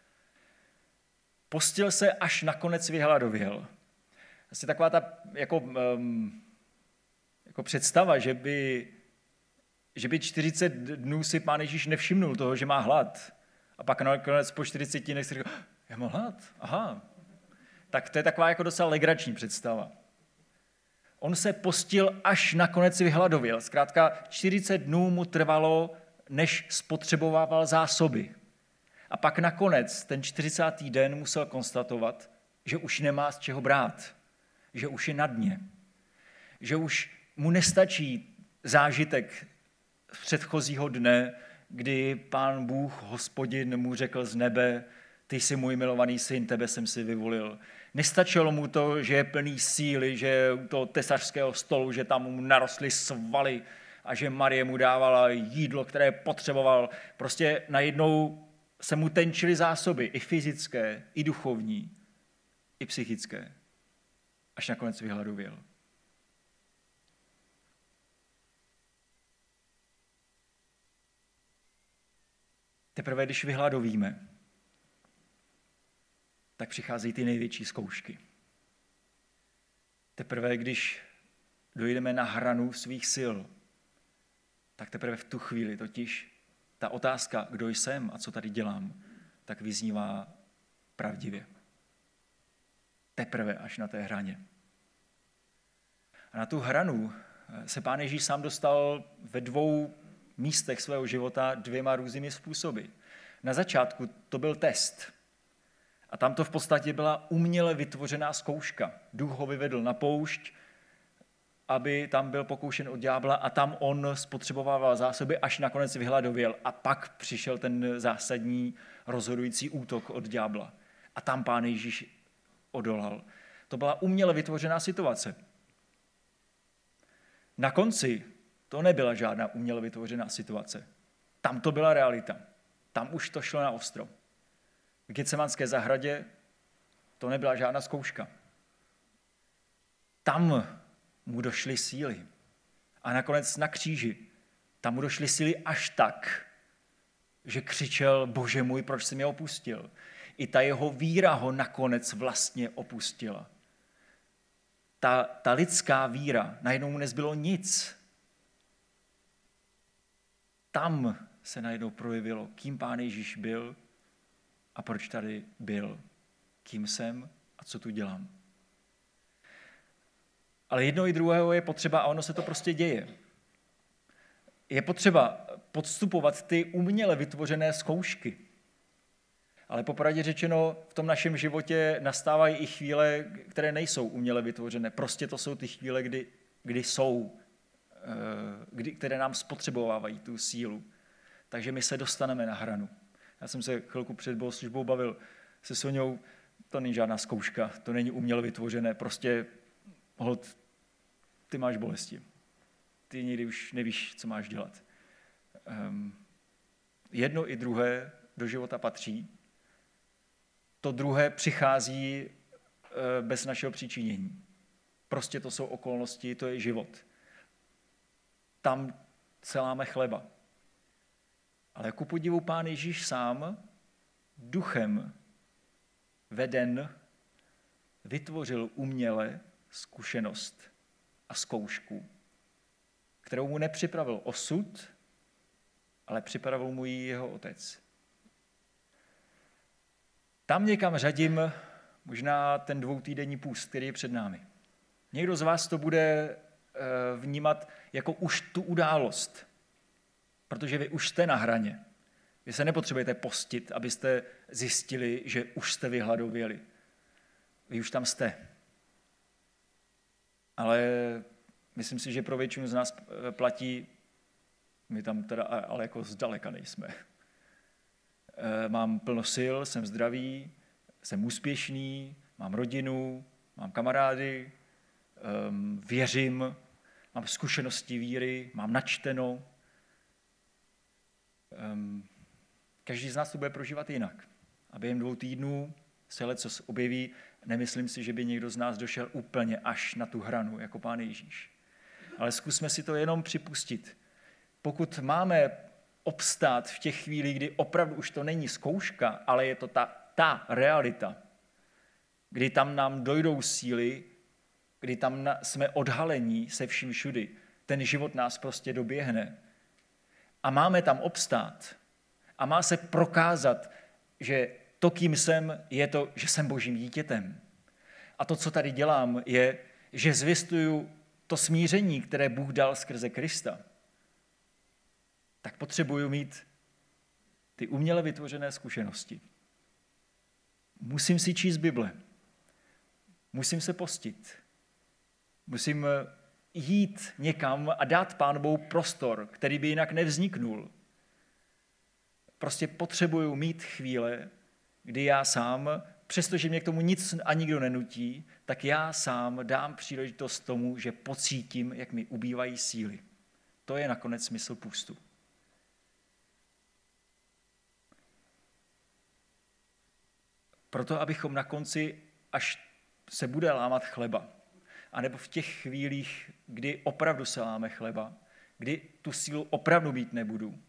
Postil se, až nakonec vyhladověl. Vlastně taková ta jako, um, jako představa, že by, že by čtyřicet dnů si Pán Ježíš nevšimnul toho, že má hlad. A pak nakonec po čtyřiceti dnech si říkal, já mám hlad, aha. Tak to je taková jako docela legrační představa. On se postil, až nakonec vyhladověl. Zkrátka čtyřicet dnů mu trvalo, než spotřebovával zásoby. A pak nakonec, ten čtyřicátý den, musel konstatovat, že už nemá z čeho brát, že už je na dně, že už mu nestačí zážitek z předchozího dne, kdy Pán Bůh, Hospodin, mu řekl z nebe, ty jsi můj milovaný syn, tebe jsem si vyvolil. Nestačilo mu to, že je plný síly, že u toho tesařského stolu, že tam mu narostly svaly a že Marie mu dávala jídlo, které potřeboval. Prostě najednou se mu tenčily zásoby, i fyzické, i duchovní, i psychické. Až nakonec vyhladověl. Teprve, když vyhladovíme, tak přicházejí ty největší zkoušky. Teprve, když dojdeme na hranu svých sil, tak teprve v tu chvíli totiž ta otázka, kdo jsem a co tady dělám, tak vyznívá pravdivě. Teprve až na té hraně. A na tu hranu se Pán Ježíš sám dostal ve dvou místech svého života dvěma různými způsoby. Na začátku to byl test. A tam to v podstatě byla uměle vytvořená zkouška. Duch ho vyvedl na poušť, aby tam byl pokoušen od ďábla a tam on spotřebovával zásoby, až nakonec vyhladověl. A pak přišel ten zásadní rozhodující útok od ďábla. A tam Pán Ježíš odolal. To byla uměle vytvořená situace. Na konci to nebyla žádná uměle vytvořená situace. Tam to byla realita. Tam už to šlo na ostro. V Getsemanské zahradě to nebyla žádná zkouška. Tam mu došly síly. A nakonec na kříži, tam mu došly síly až tak, že křičel, Bože můj, proč jsi mě opustil? I ta jeho víra ho nakonec vlastně opustila. Ta, ta lidská víra, najednou mu nezbylo nic. tam se najednou projevilo, kým Pán Ježíš byl a proč tady byl, kým jsem a co tu dělám. Ale jedno i druhého je potřeba a ono se to prostě děje. Je potřeba podstupovat ty uměle vytvořené zkoušky. Ale popravdě řečeno, v tom našem životě nastávají i chvíle, které nejsou uměle vytvořené. Prostě to jsou ty chvíle, kdy, kdy jsou, kdy, které nám spotřebovávají tu sílu. Takže my se dostaneme na hranu. Já jsem se chvilku před bohoslužbou bavil se Soňou, to není žádná zkouška, to není uměle vytvořené, prostě hod, ty máš bolesti. Ty někdy už nevíš, co máš dělat. Um, jedno i druhé do života patří. To druhé přichází uh, bez našeho přičinění. Prostě to jsou okolnosti, to je život. Tam celáme chleba. Ale ku podivu Pán Ježíš sám duchem veden vytvořil uměle zkušenost a zkoušku, kterou mu nepřipravil osud, ale připravil mu ji jeho otec. Tam někam řadím možná ten dvoutýdenní půst, který je před námi. Někdo z vás to bude vnímat jako už tu událost, protože vy už jste na hraně. Vy se nepotřebujete postit, abyste zjistili, že už jste vyhladověli. Vy už tam jste. Ale myslím si, že pro většinu z nás platí, my tam teda ale jako zdaleka nejsme. Mám plno sil, jsem zdravý, jsem úspěšný, mám rodinu, mám kamarády, věřím, mám zkušenosti víry, mám načteno. Každý z nás to bude prožívat jinak. A během dvou týdnů se lecos objeví. Nemyslím si, že by někdo z nás došel úplně až na tu hranu, jako Pán Ježíš. Ale zkusme si to jenom připustit. Pokud máme obstát v těch chvílích, kdy opravdu už to není zkouška, ale je to ta, ta realita, kdy tam nám dojdou síly, kdy tam na, jsme odhalení se vším všudy, ten život nás prostě doběhne. A máme tam obstát a má se prokázat, že to, kým jsem, je to, že jsem Božím dítětem. A to, co tady dělám, je, že zvěstuju to smíření, které Bůh dal skrze Krista. Tak potřebuju mít ty uměle vytvořené zkušenosti. Musím si číst Bible. Musím se postit. Musím jít někam a dát Pánu Bohu prostor, který by jinak nevzniknul. Prostě potřebuju mít chvíle, kdy já sám, přestože mě k tomu nic a nikdo nenutí, tak já sám dám příležitost tomu, že pocítím, jak mi ubývají síly. To je nakonec smysl půstu. Proto, abychom na konci, až se bude lámat chleba, anebo v těch chvílích, kdy opravdu se láme chleba, kdy tu sílu opravdu mít nebudu,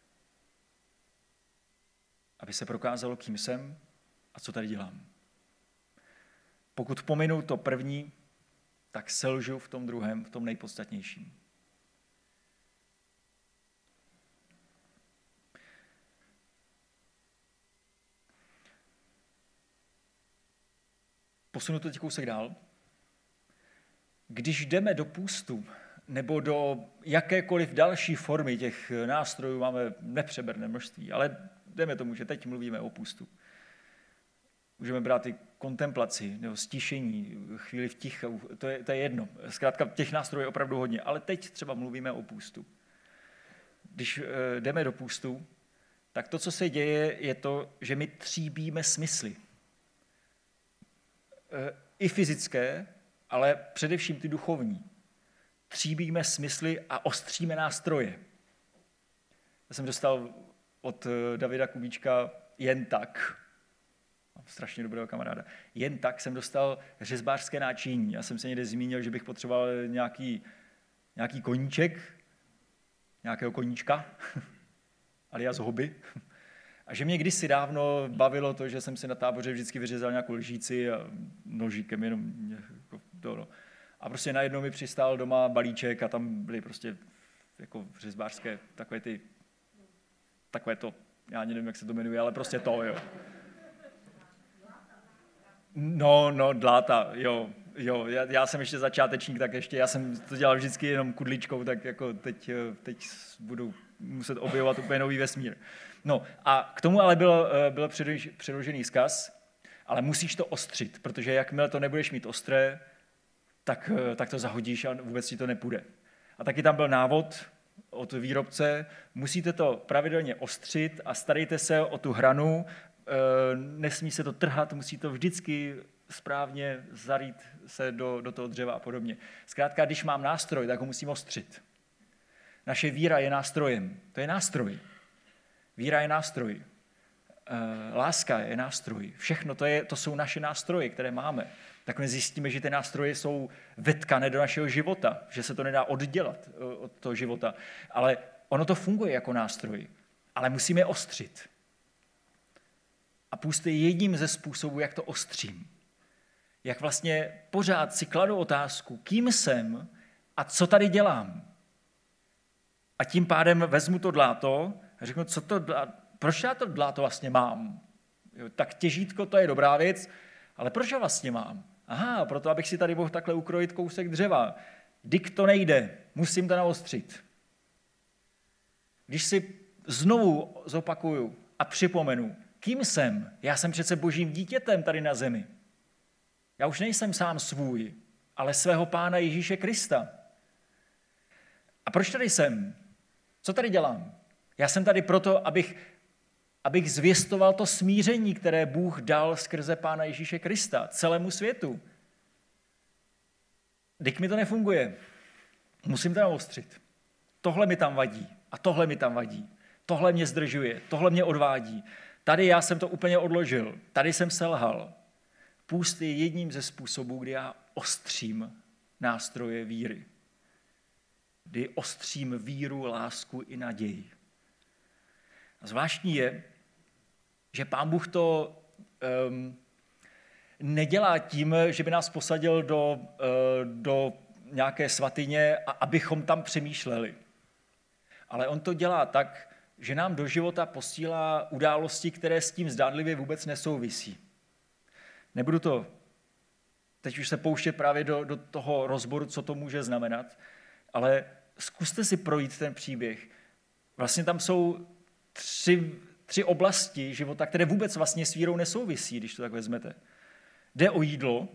aby se prokázalo, kým jsem a co tady dělám. Pokud pominu to první, tak selžu v tom druhém, v tom nejpodstatnějším. Posunu to teď kousek dál. Když jdeme do půstu nebo do jakékoliv další formy těch nástrojů, máme nepřeberné množství, ale jdeme tomu, že teď mluvíme o půstu. Můžeme brát i kontemplaci nebo stišení, chvíli v tichu, to je, to je jedno. Zkrátka těch nástrojů je opravdu hodně, ale teď třeba mluvíme o půstu. Když jdeme do půstu, tak to, co se děje, je to, že my tříbíme smysly. I fyzické, ale především ty duchovní. Tříbíme smysly a ostříme nástroje. Já jsem dostal od Davida Kubíčka jen tak, mám strašně dobrého kamaráda, jen tak jsem dostal řezbářské náčiní. Já jsem se někde zmínil, že bych potřeboval nějaký, nějaký koníček, nějakého koníčka, alias hobby. A že mě kdysi dávno bavilo to, že jsem si na táboře vždycky vyřezal nějakou lžíci a nožíkem jenom jako to, no. A prostě najednou mi přistál doma balíček a tam byly prostě jako řezbářské takové ty takové to, já nevím, jak se to jmenuje, ale prostě to, jo. No, no, dláta, jo, jo, já, já jsem ještě začátečník, tak ještě, já jsem to dělal vždycky jenom kudličkou, tak jako teď, teď budu muset objevovat úplně nový vesmír. No a k tomu ale byl, byl předložený vzkaz, ale musíš to ostřit, protože jakmile to nebudeš mít ostré, tak, tak to zahodíš a vůbec ti to nepůjde. A taky tam byl návod od výrobce, musíte to pravidelně ostřit a starejte se o tu hranu, nesmí se to trhat, musí to vždycky správně zarít se do, do toho dřeva a podobně. Zkrátka, když mám nástroj, tak ho musím ostřit. Naše víra je nástrojem. To je nástroj. Víra je nástroj. Láska je nástroj. Všechno to, je, to jsou naše nástroje, které máme. Takhle zjistíme, že ty nástroje jsou vetkané do našeho života, že se to nedá oddělat od toho života. Ale ono to funguje jako nástroj. Ale musíme je ostřit. A půst je jedním ze způsobů, jak to ostřím. Jak vlastně pořád si kladu otázku, kým jsem a co tady dělám. A tím pádem vezmu to dláto a řeknu, co to dláto, proč já to dláto vlastně mám? Jo, tak těžítko, to je dobrá věc, ale proč ho vlastně mám? Aha, proto, abych si tady mohl takhle ukrojit kousek dřeva. Dyk to nejde, musím to naostřit. Když si znovu zopakuju a připomenu, kým jsem? Já jsem přece božím dítětem tady na zemi. Já už nejsem sám svůj, ale svého Pána Ježíše Krista. A proč tady jsem? Co tady dělám? Já jsem tady proto, abych, abych zvěstoval to smíření, které Bůh dal skrze Pána Ježíše Krista celému světu. Vždyť mi to nefunguje. Musím to naostřit. Tohle mi tam vadí a tohle mi tam vadí. Tohle mě zdržuje, tohle mě odvádí. Tady já jsem to úplně odložil, tady jsem selhal. Půst je jedním ze způsobů, kdy já ostřím nástroje víry. Kdy ostřím víru, lásku i naději. A zvláštní je, že Pán Bůh to um, nedělá tím, že by nás posadil do, uh, do nějaké svatyně, a abychom tam přemýšleli. Ale on to dělá tak, že nám do života posílá události, které s tím zdánlivě vůbec nesouvisí. Nebudu to teď už se pouštět právě do, do toho rozboru, co to může znamenat, ale zkuste si projít ten příběh. Vlastně tam jsou tři, tři oblasti života, které vůbec vlastně s vírou nesouvisí, když to tak vezmete. Jde o jídlo,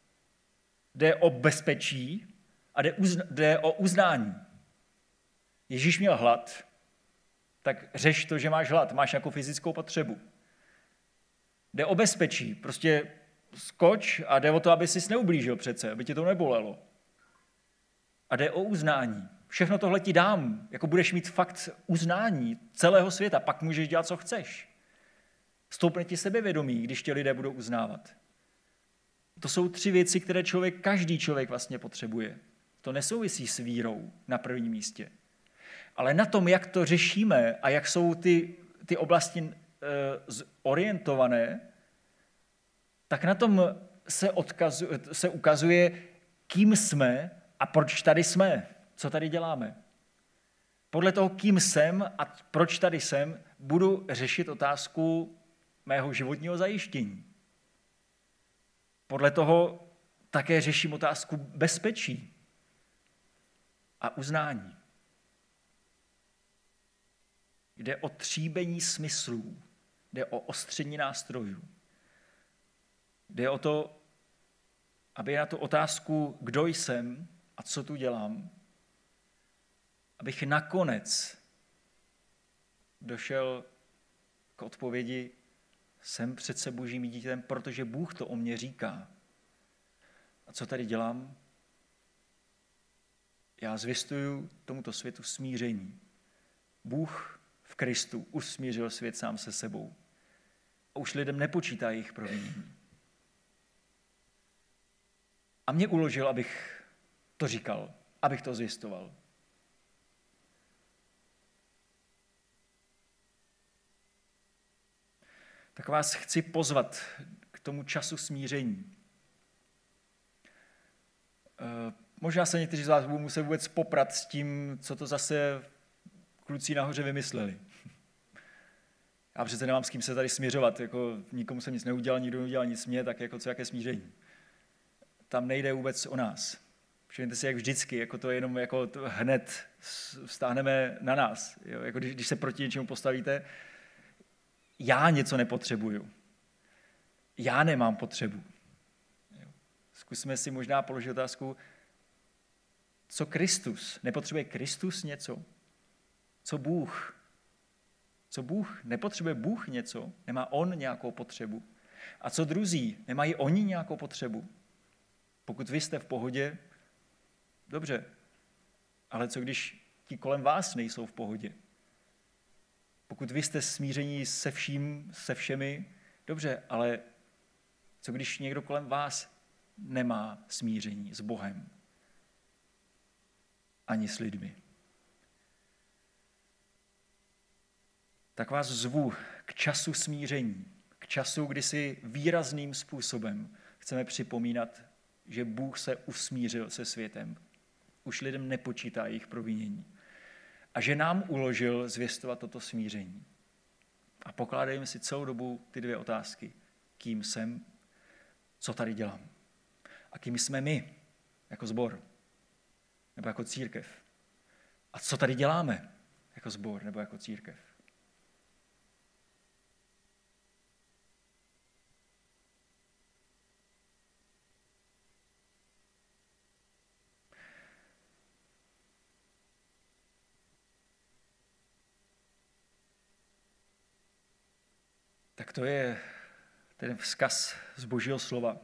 jde o bezpečí a jde, uzna, jde o uznání. Ježíš měl hlad, tak řeš to, že máš hlad, máš jako fyzickou potřebu. Jde o bezpečí, prostě skoč a jde o to, aby jsi neublížil přece, aby tě to nebolelo. A jde o uznání. Všechno tohle ti dám, jako budeš mít fakt uznání celého světa, pak můžeš dělat, co chceš. Stoupne ti sebevědomí, když tě lidé budou uznávat. To jsou tři věci, které člověk, každý člověk vlastně potřebuje. To nesouvisí s vírou na prvním místě. Ale na tom, jak to řešíme a jak jsou ty, ty oblasti uh, orientované, tak na tom se, odkazuje, se ukazuje, kým jsme a proč tady jsme, co tady děláme. Podle toho, kým jsem a proč tady jsem, budu řešit otázku mého životního zajištění. Podle toho také řeším otázku bezpečí a uznání. Jde o tříbení smyslů, jde o ostření nástrojů. Jde o to, aby na tu otázku, kdo jsem a co tu dělám, abych nakonec došel k odpovědi, jsem přece božím dítětem, protože Bůh to o mě říká. A co tady dělám? Já zvěstuju tomuto světu smíření. Bůh v Kristu už smířil svět sám se sebou. A už lidem nepočítá jejich provinění. A mě uložil, abych to říkal, abych to zvěstoval. Tak vás chci pozvat k tomu času smíření. Možná se někteří z vás budou muset vůbec poprat s tím, co to zase kluci nahoře vymysleli. Já přece nemám s kým se tady směřovat, jako nikomu jsem nic neudělal, nikdo neudělal nic mě, tak jako co, jaké smíření. Tam nejde vůbec o nás. Všimněte si, jak vždycky, jako to jenom jako to hned vztáhneme na nás. Jo? Jako když, když se proti něčemu postavíte, já něco nepotřebuju. Já nemám potřebu. Jo? Zkusme si možná položit otázku, co Kristus? Nepotřebuje Kristus něco? Co Bůh? Co Bůh? Nepotřebuje Bůh něco? Nemá on nějakou potřebu? A co druzí? Nemají oni nějakou potřebu? Pokud vy jste v pohodě, dobře, ale co když ti kolem vás nejsou v pohodě? Pokud vy jste smíření se vším, se všemi, dobře, ale co když někdo kolem vás nemá smíření s Bohem? Ani s lidmi. Tak vás zvu k času smíření, k času, kdy si výrazným způsobem chceme připomínat, že Bůh se usmířil se světem. Už lidem nepočítá jejich provinění. A že nám uložil zvěstovat toto smíření. A pokládejme si celou dobu ty dvě otázky. Kým jsem, co tady dělám? A kým jsme my, jako sbor, nebo jako církev? A co tady děláme, jako sbor, nebo jako církev? Tak to je ten vzkaz z Božího slova.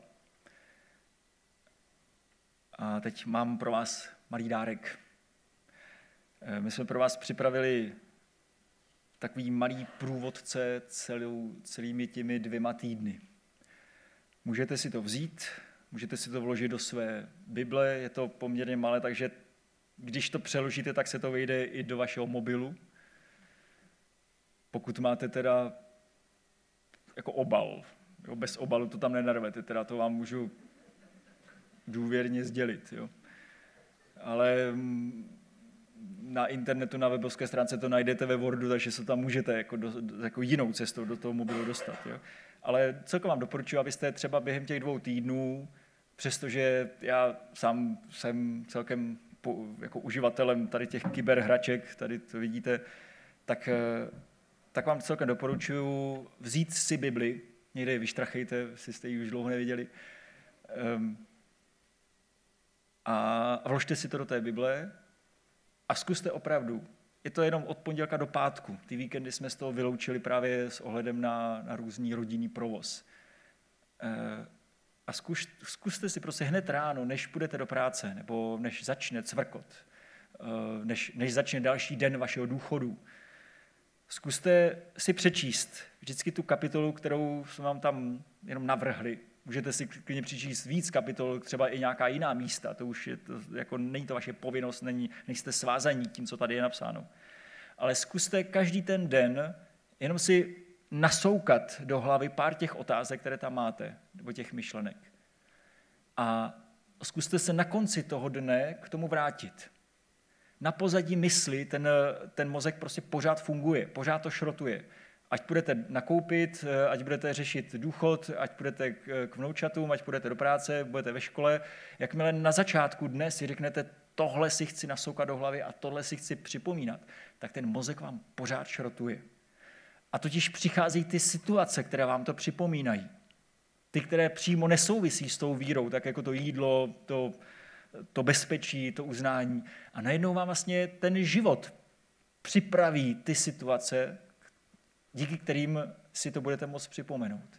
A teď mám pro vás malý dárek. My jsme pro vás připravili takový malý průvodce celou, celými těmi dvěma týdny. Můžete si to vzít, můžete si to vložit do své Bible, je to poměrně malé, takže když to přeložíte, tak se to vejde i do vašeho mobilu. Pokud máte teda jako obal. Jo, bez obalu to tam nenarvete, teda to vám můžu důvěrně sdělit. Jo. Ale na internetu, na webovské stránce to najdete ve Wordu, takže se tam můžete jako, do, jako jinou cestou do toho mobilu dostat. Jo. Ale celkem vám doporučuji, abyste třeba během těch dvou týdnů, přestože já sám jsem celkem po, jako uživatelem tady těch kyberhraček, tady to vidíte, tak tak vám celkem doporučuji vzít si Bibli, někde ji vyštrachejte, jestli jste ji už dlouho neviděli, um, a vložte si to do té Bible a zkuste opravdu. Je to jenom od pondělka do pátku. Ty víkendy jsme z toho vyloučili právě s ohledem na, na různý rodinný provoz. Uh, a zkus, zkuste si prostě hned ráno, než půjdete do práce, nebo než začne cvrkot, uh, než, než začne další den vašeho důchodu, zkuste si přečíst vždycky tu kapitolu, kterou jsme vám tam jenom navrhli. Můžete si klidně přečíst víc kapitol, třeba i nějaká jiná místa. To už je to, jako není to vaše povinnost, není, nejste svázaní tím, co tady je napsáno. Ale zkuste každý ten den jenom si nasoukat do hlavy pár těch otázek, které tam máte, nebo těch myšlenek. A zkuste se na konci toho dne k tomu vrátit. Na pozadí mysli ten, ten mozek prostě pořád funguje, pořád to šrotuje. Ať budete nakoupit, ať budete řešit důchod, ať budete k vnoučatům, ať budete do práce, budete ve škole, jakmile na začátku dne si řeknete, tohle si chci nasoukat do hlavy a tohle si chci připomínat, tak ten mozek vám pořád šrotuje. A totiž přicházejí ty situace, které vám to připomínají. Ty, které přímo nesouvisí s tou vírou, tak jako to jídlo, to to bezpečí, to uznání. A najednou vám vlastně ten život připraví ty situace, díky kterým si to budete moct připomenout.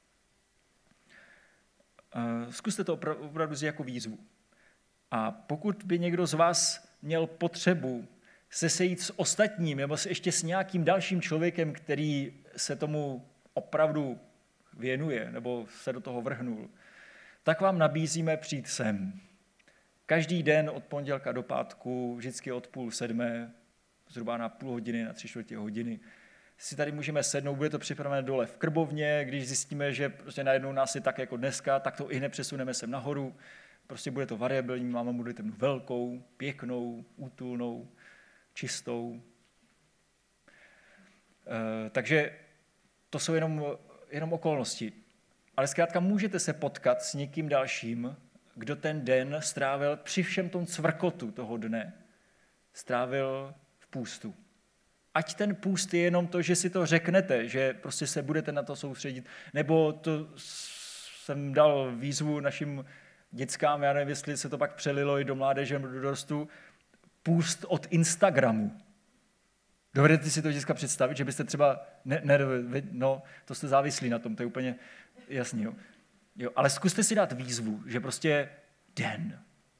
Zkuste to opravdu vzít jako výzvu. A pokud by někdo z vás měl potřebu se sejít s ostatním nebo ještě s nějakým dalším člověkem, který se tomu opravdu věnuje nebo se do toho vrhnul, tak vám nabízíme přijít sem. Každý den od pondělka do pátku, vždycky od půl sedmé, zhruba na půl hodiny, na tři čtvrtě hodiny, si tady můžeme sednout, bude to připravené dole v Krbovně, když zjistíme, že prostě najednou nás je tak jako dneska, tak to i hned přesuneme sem nahoru. Prostě bude to variabilní, máme modlitebnu velkou, pěknou, útulnou, čistou. E, takže to jsou jenom, jenom okolnosti. Ale zkrátka můžete se potkat s někým dalším, kdo ten den strávil při všem tom cvrkotu toho dne, strávil v půstu. Ať ten půst je jenom to, že si to řeknete, že prostě se budete na to soustředit, nebo to jsem dal výzvu našim dětskám, já nevím, jestli se to pak přelilo i do mládeže, do dorostu, půst od Instagramu. Dovedete si to děcka představit, že byste třeba, ne, ne, no, to jste závislí na tom, to je úplně jasný, jo. Jo, ale zkuste si dát výzvu, že prostě den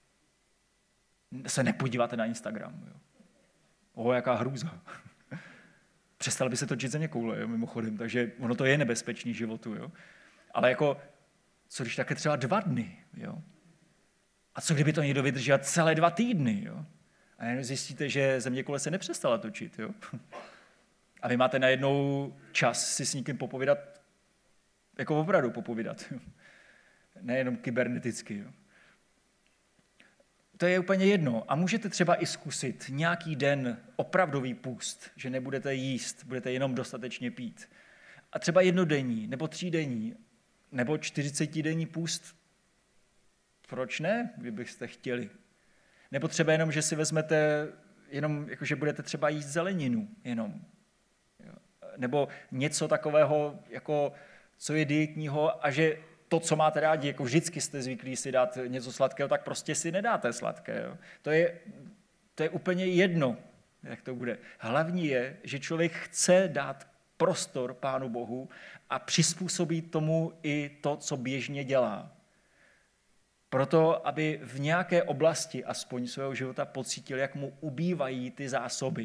se nepodíváte na Instagram. Jo. O, jaká hrůza. Přestal by se točit země koule, jo, mimochodem, takže ono to je nebezpečný životu. Jo. Ale jako, co když také třeba dva dny, jo. A co kdyby to někdo vydržel celé dva týdny, jo. A jenom zjistíte, že země koule se nepřestala točit, jo. A vy máte najednou čas si s někým popovídat, jako opravdu popovídat, jo. Nejenom kyberneticky. Jo. To je úplně jedno. A můžete třeba i zkusit nějaký den opravdový půst, že nebudete jíst, budete jenom dostatečně pít. A třeba jednodenní, nebo třídenní, nebo čtyřicetidenní půst. Proč ne, kdybyste chtěli? Nebo třeba jenom, že si vezmete, jenom, jako že budete třeba jíst zeleninu, jenom. Jo. Nebo něco takového, jako, co je dietního a že to, co máte rádi, jako vždycky jste zvyklí si dát něco sladkého, tak prostě si nedáte sladké. Jo. To je, to je úplně jedno, jak to bude. Hlavní je, že člověk chce dát prostor Pánu Bohu a přizpůsobí tomu i to, co běžně dělá. Proto, aby v nějaké oblasti aspoň svého života pocítil, jak mu ubývají ty zásoby.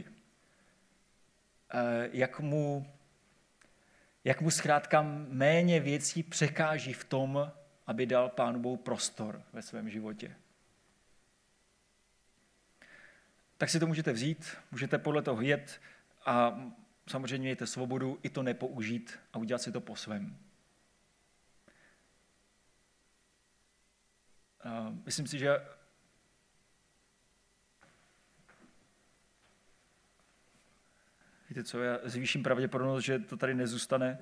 Jak mu Jak mu zkrátka méně věcí překáží v tom, aby dal Pánu Bohu prostor ve svém životě. Tak si to můžete vzít, můžete podle toho jet a samozřejmě mějte svobodu i to nepoužít a udělat si to po svém. Myslím si, že víte co, já zvýším pravděpodobnost, že to tady nezůstane.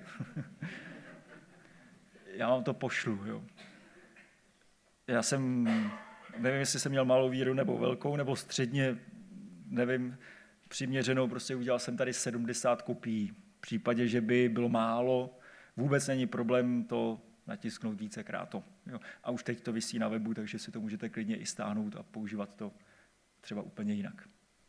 Já vám to pošlu, jo. Já jsem, nevím, jestli jsem měl malou víru, nebo velkou, nebo středně, nevím, přiměřenou, prostě udělal jsem tady sedmdesát kopií. V případě, že by bylo málo, vůbec není problém to natisknout vícekrát. Jo. A už teď to visí na webu, takže si to můžete klidně i stáhnout a používat to třeba úplně jinak.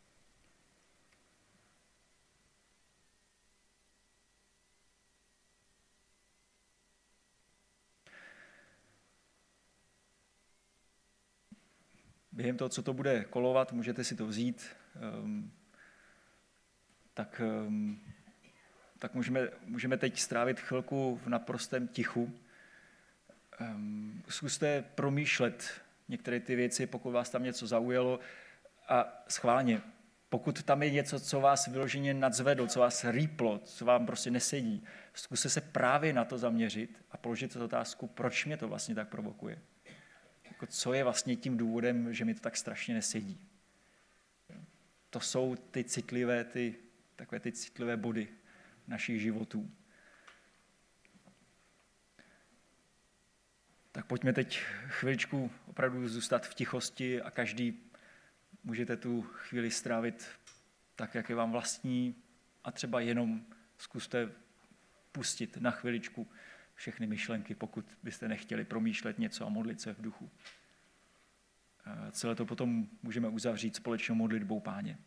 Během toho, co to bude kolovat, můžete si to vzít, um, tak, um, tak můžeme, můžeme teď strávit chvilku v naprostém tichu. Um, zkuste promýšlet některé ty věci, pokud vás tam něco zaujalo a schválně, pokud tam je něco, co vás vyloženě nadzvedlo, co vás rýplo, co vám prostě nesedí, zkuste se právě na to zaměřit a položit si otázku, proč mě to vlastně tak provokuje. Jako co je vlastně tím důvodem, že mi to tak strašně nesedí. To jsou ty citlivé, ty, takové ty citlivé body našich životů. Tak pojďme teď chviličku opravdu zůstat v tichosti a každý můžete tu chvíli strávit tak, jak je vám vlastní a třeba jenom zkuste pustit na chviličku všechny myšlenky, pokud byste nechtěli promýšlet něco a modlit se v duchu. Celé to potom můžeme uzavřít společnou modlitbou Páně.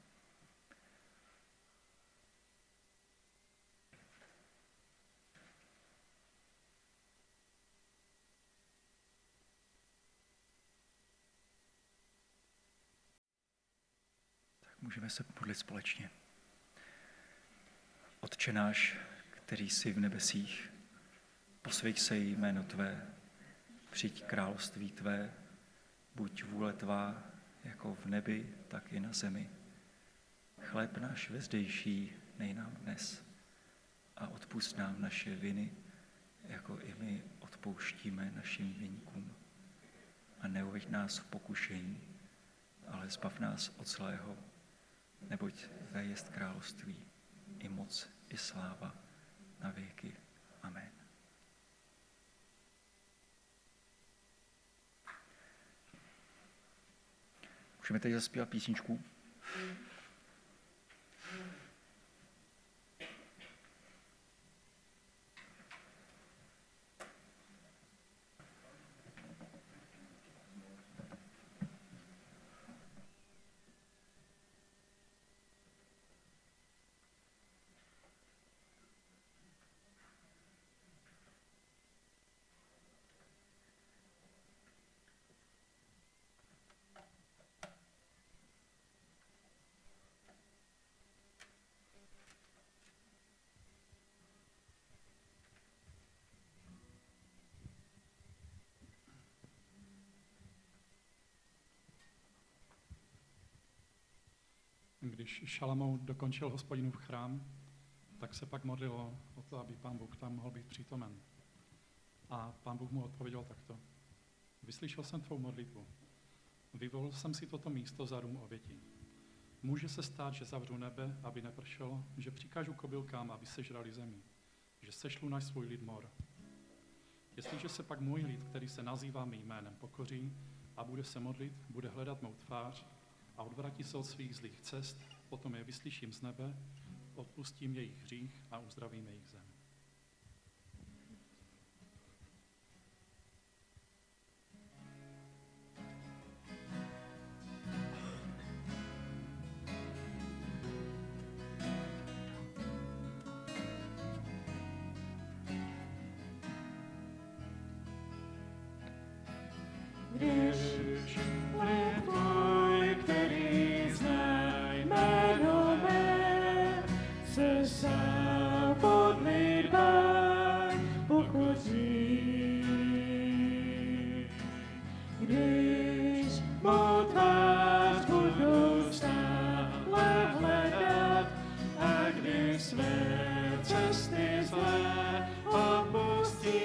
Tak můžeme se modlit společně. Otče náš, který jsi v nebesích, posvěť se jméno tvé, přijď království tvé, buď vůle tvá, jako v nebi, tak i na zemi. Chléb náš vezdejší dej nám dnes a odpusť nám naše viny, jako i my odpouštíme našim viníkům. A neuveď nás v pokušení, ale zbav nás od zlého, neboť tvé jest království, i moc, i sláva, na věky. Amen. Můžeme teď zaspívat písničku? Když Šalamoun dokončil Hospodinův chrám, tak se pak modlil o to, aby Pán Bůh tam mohl být přítomen. A Pán Bůh mu odpověděl takto. Vyslyšel jsem tvou modlitbu. Vyvolil jsem si toto místo za dům obětí. Může se stát, že zavřu nebe, aby nepršelo, že přikážu kobylkám, aby sežrali zemi, že sešlu na svůj lid mor. Jestliže se pak můj lid, který se nazývá mým jménem, pokoří a bude se modlit, bude hledat mou tvář a odvratí se od svých zlých cest, potom je vyslyším z nebe, odpustím jejich hřích a uzdravím jejich zem. Když lid tvůj, který zná jméno mé, se sám pod lidbách pokoří. Když mou tvář budu stále hledat a když své cesty zlé opustí,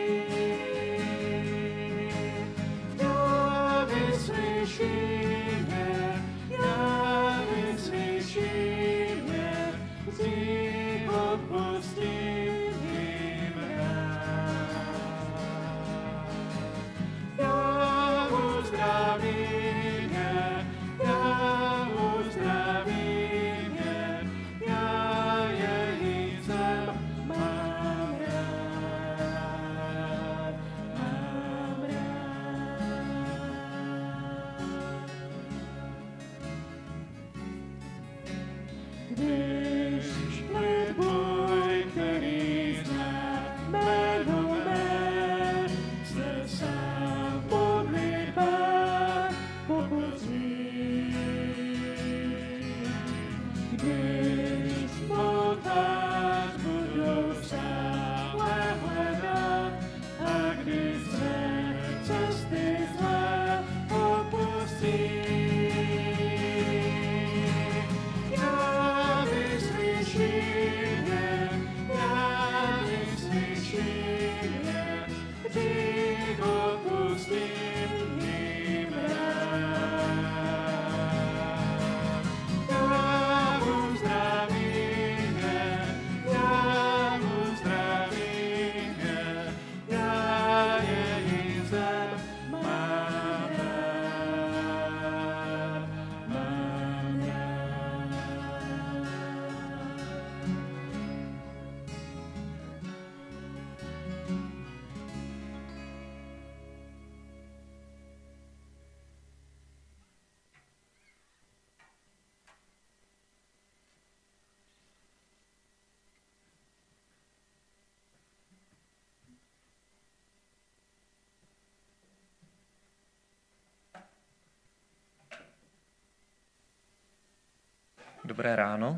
Dobré ráno.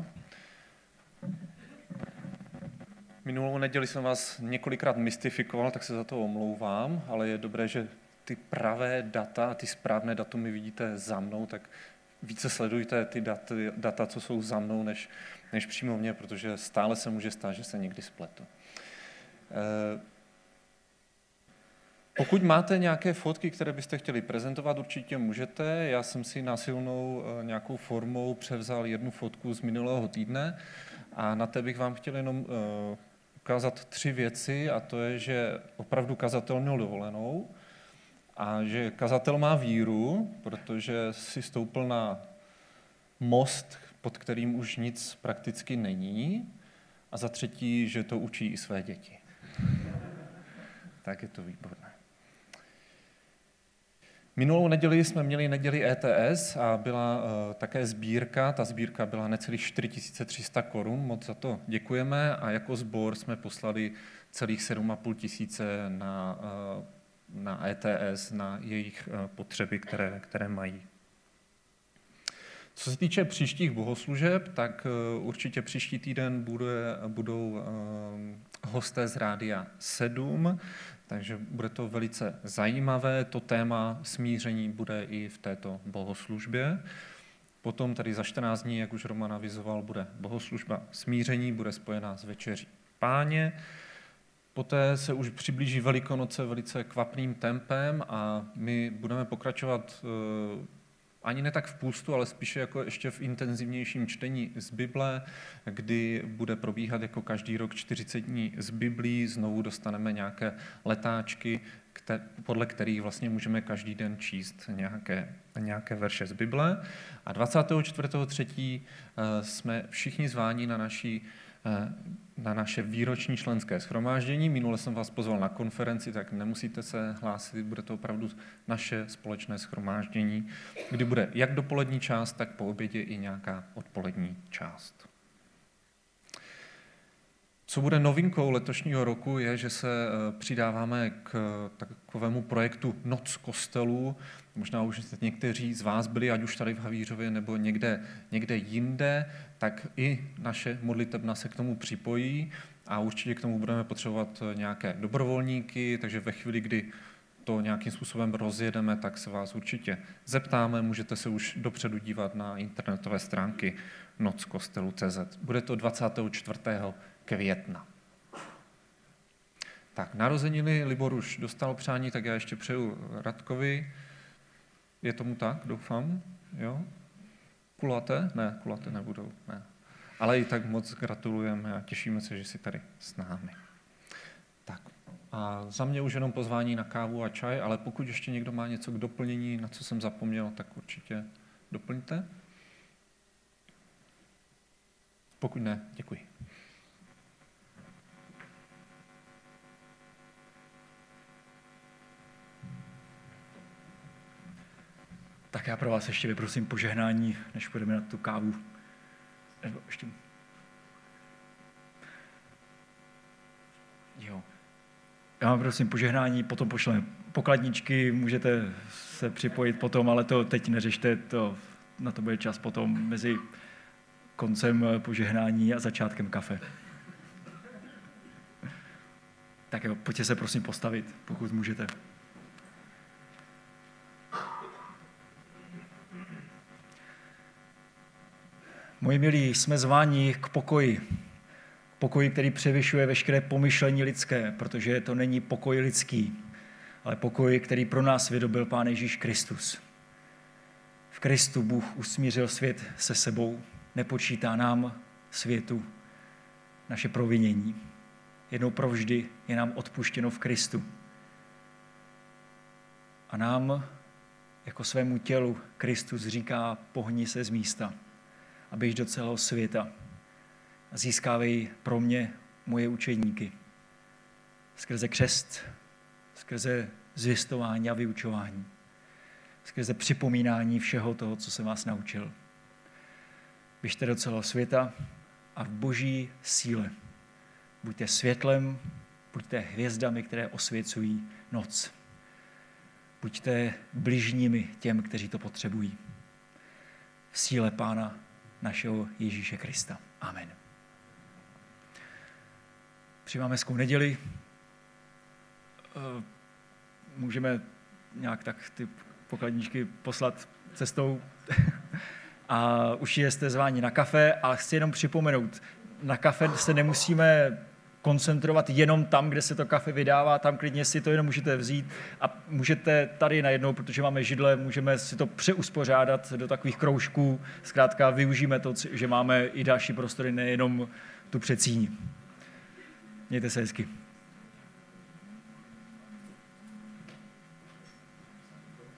Minulou neděli jsem vás několikrát mystifikoval, tak se za to omlouvám, ale je dobré, že ty pravé data a ty správné datumy vidíte za mnou, tak více sledujte ty daty, data, co jsou za mnou, než, než přímo mě, protože stále se může stát, že se někdy spletu. E, Pokud máte nějaké fotky, které byste chtěli prezentovat, určitě můžete. Já jsem si násilnou nějakou formou převzal jednu fotku z minulého týdne a na té bych vám chtěl jenom ukázat tři věci, a to je, že opravdu kazatel měl dovolenou a že kazatel má víru, protože si stoupil na most, pod kterým už nic prakticky není, a za třetí, že to učí i své děti. Tak je to výborné. Minulou neděli jsme měli neděli E T S a byla uh, také sbírka. Ta sbírka byla necelých čtyři tisíce tři sta korun, moc za to děkujeme, a jako sbor jsme poslali celých sedm a půl tisíce na, uh, na E T S, na jejich uh, potřeby, které, které mají. Co se týče příštích bohoslužeb, tak uh, určitě příští týden bude, budou uh, hosté z Rádia sedm, takže bude to velice zajímavé. To téma smíření bude i v této bohoslužbě. Potom tady za čtrnáct dní, jak už Roman avizoval, bude bohoslužba smíření, bude spojená s večeří Páně. Poté se už přiblíží Velikonoce velice kvapným tempem a my budeme pokračovat ani ne tak v půstu, ale spíše jako ještě v intenzivnějším čtení z Bible, kdy bude probíhat jako každý rok čtyřicet dní z Biblí. Znovu dostaneme nějaké letáčky, kter- podle kterých vlastně můžeme každý den číst nějaké, nějaké verše z Bible. A dvacátého čtvrtého třetího jsme všichni zváni na naší na naše výroční členské shromáždění. Minule jsem vás pozval na konferenci, tak nemusíte se hlásit, bude to opravdu naše společné shromáždění, kdy bude jak dopolední část, tak po obědě i nějaká odpolední část. Co bude novinkou letošního roku, je, že se přidáváme k takovému projektu Noc kostelů. Možná už někteří z vás byli, ať už tady v Havířově nebo někde, někde jinde, tak i naše modlitebna se k tomu připojí a určitě k tomu budeme potřebovat nějaké dobrovolníky, takže ve chvíli, kdy to nějakým způsobem rozjedeme, tak se vás určitě zeptáme, můžete se už dopředu dívat na internetové stránky noc kostelu tečka cé zet. Bude to dvacátého čtvrtého května. Tak, narozeniny, Libor už dostal přání, tak já ještě přeju Radkovi. Je tomu tak, doufám? Jo? Kulaté? Ne, kulaté nebudou, ne. Ale i tak moc gratulujeme a těšíme se, že jsi tady s námi. Tak, a za mě už jenom pozvání na kávu a čaj, ale pokud ještě někdo má něco k doplnění, na co jsem zapomněl, tak určitě doplňte. Pokud ne, děkuji. Tak já pro vás ještě vyprosím požehnání, než půjdeme na tu kávu. Nebo ještě... Jo. Já vám prosím požehnání, potom pošleme pokladničky, můžete se připojit potom, ale to teď neřešte, to, na to bude čas potom mezi koncem požehnání a začátkem kafe. Tak jo, pojďte se prosím postavit, pokud můžete. Moji milí, jsme zváni k pokoji. Pokoji, který převyšuje veškeré pomyšlení lidské, protože to není pokoj lidský, ale pokoj, který pro nás vydobil Pán Ježíš Kristus. V Kristu Bůh usmířil svět se sebou, nepočítá nám, světu, naše provinění. Jednou provždy je nám odpuštěno v Kristu. A nám, jako svému tělu, Kristus říká, pohni se z místa a běž do celého světa a získávej pro mě moje učedníky. Skrze křest, skrze zvěstování a vyučování, skrze připomínání všeho toho, co jsem vás naučil. Běžte do celého světa a v boží síle buďte světlem, buďte hvězdami, které osvěcují noc. Buďte bližními těm, kteří to potřebují. V síle Pána našeho Ježíše Krista. Amen. Přijímáme hezkou neděli. Můžeme nějak tak ty pokladničky poslat cestou. A už jste zváni na kafe, ale chci jenom připomenout, na kafe se nemusíme koncentrovat jenom tam, kde se to kafe vydává, tam klidně si to jenom můžete vzít a můžete tady najednou, protože máme židle, můžeme si to přeuspořádat do takových kroužků, zkrátka využijeme to, že máme i další prostory, nejenom tu předsíň. Mějte se hezky.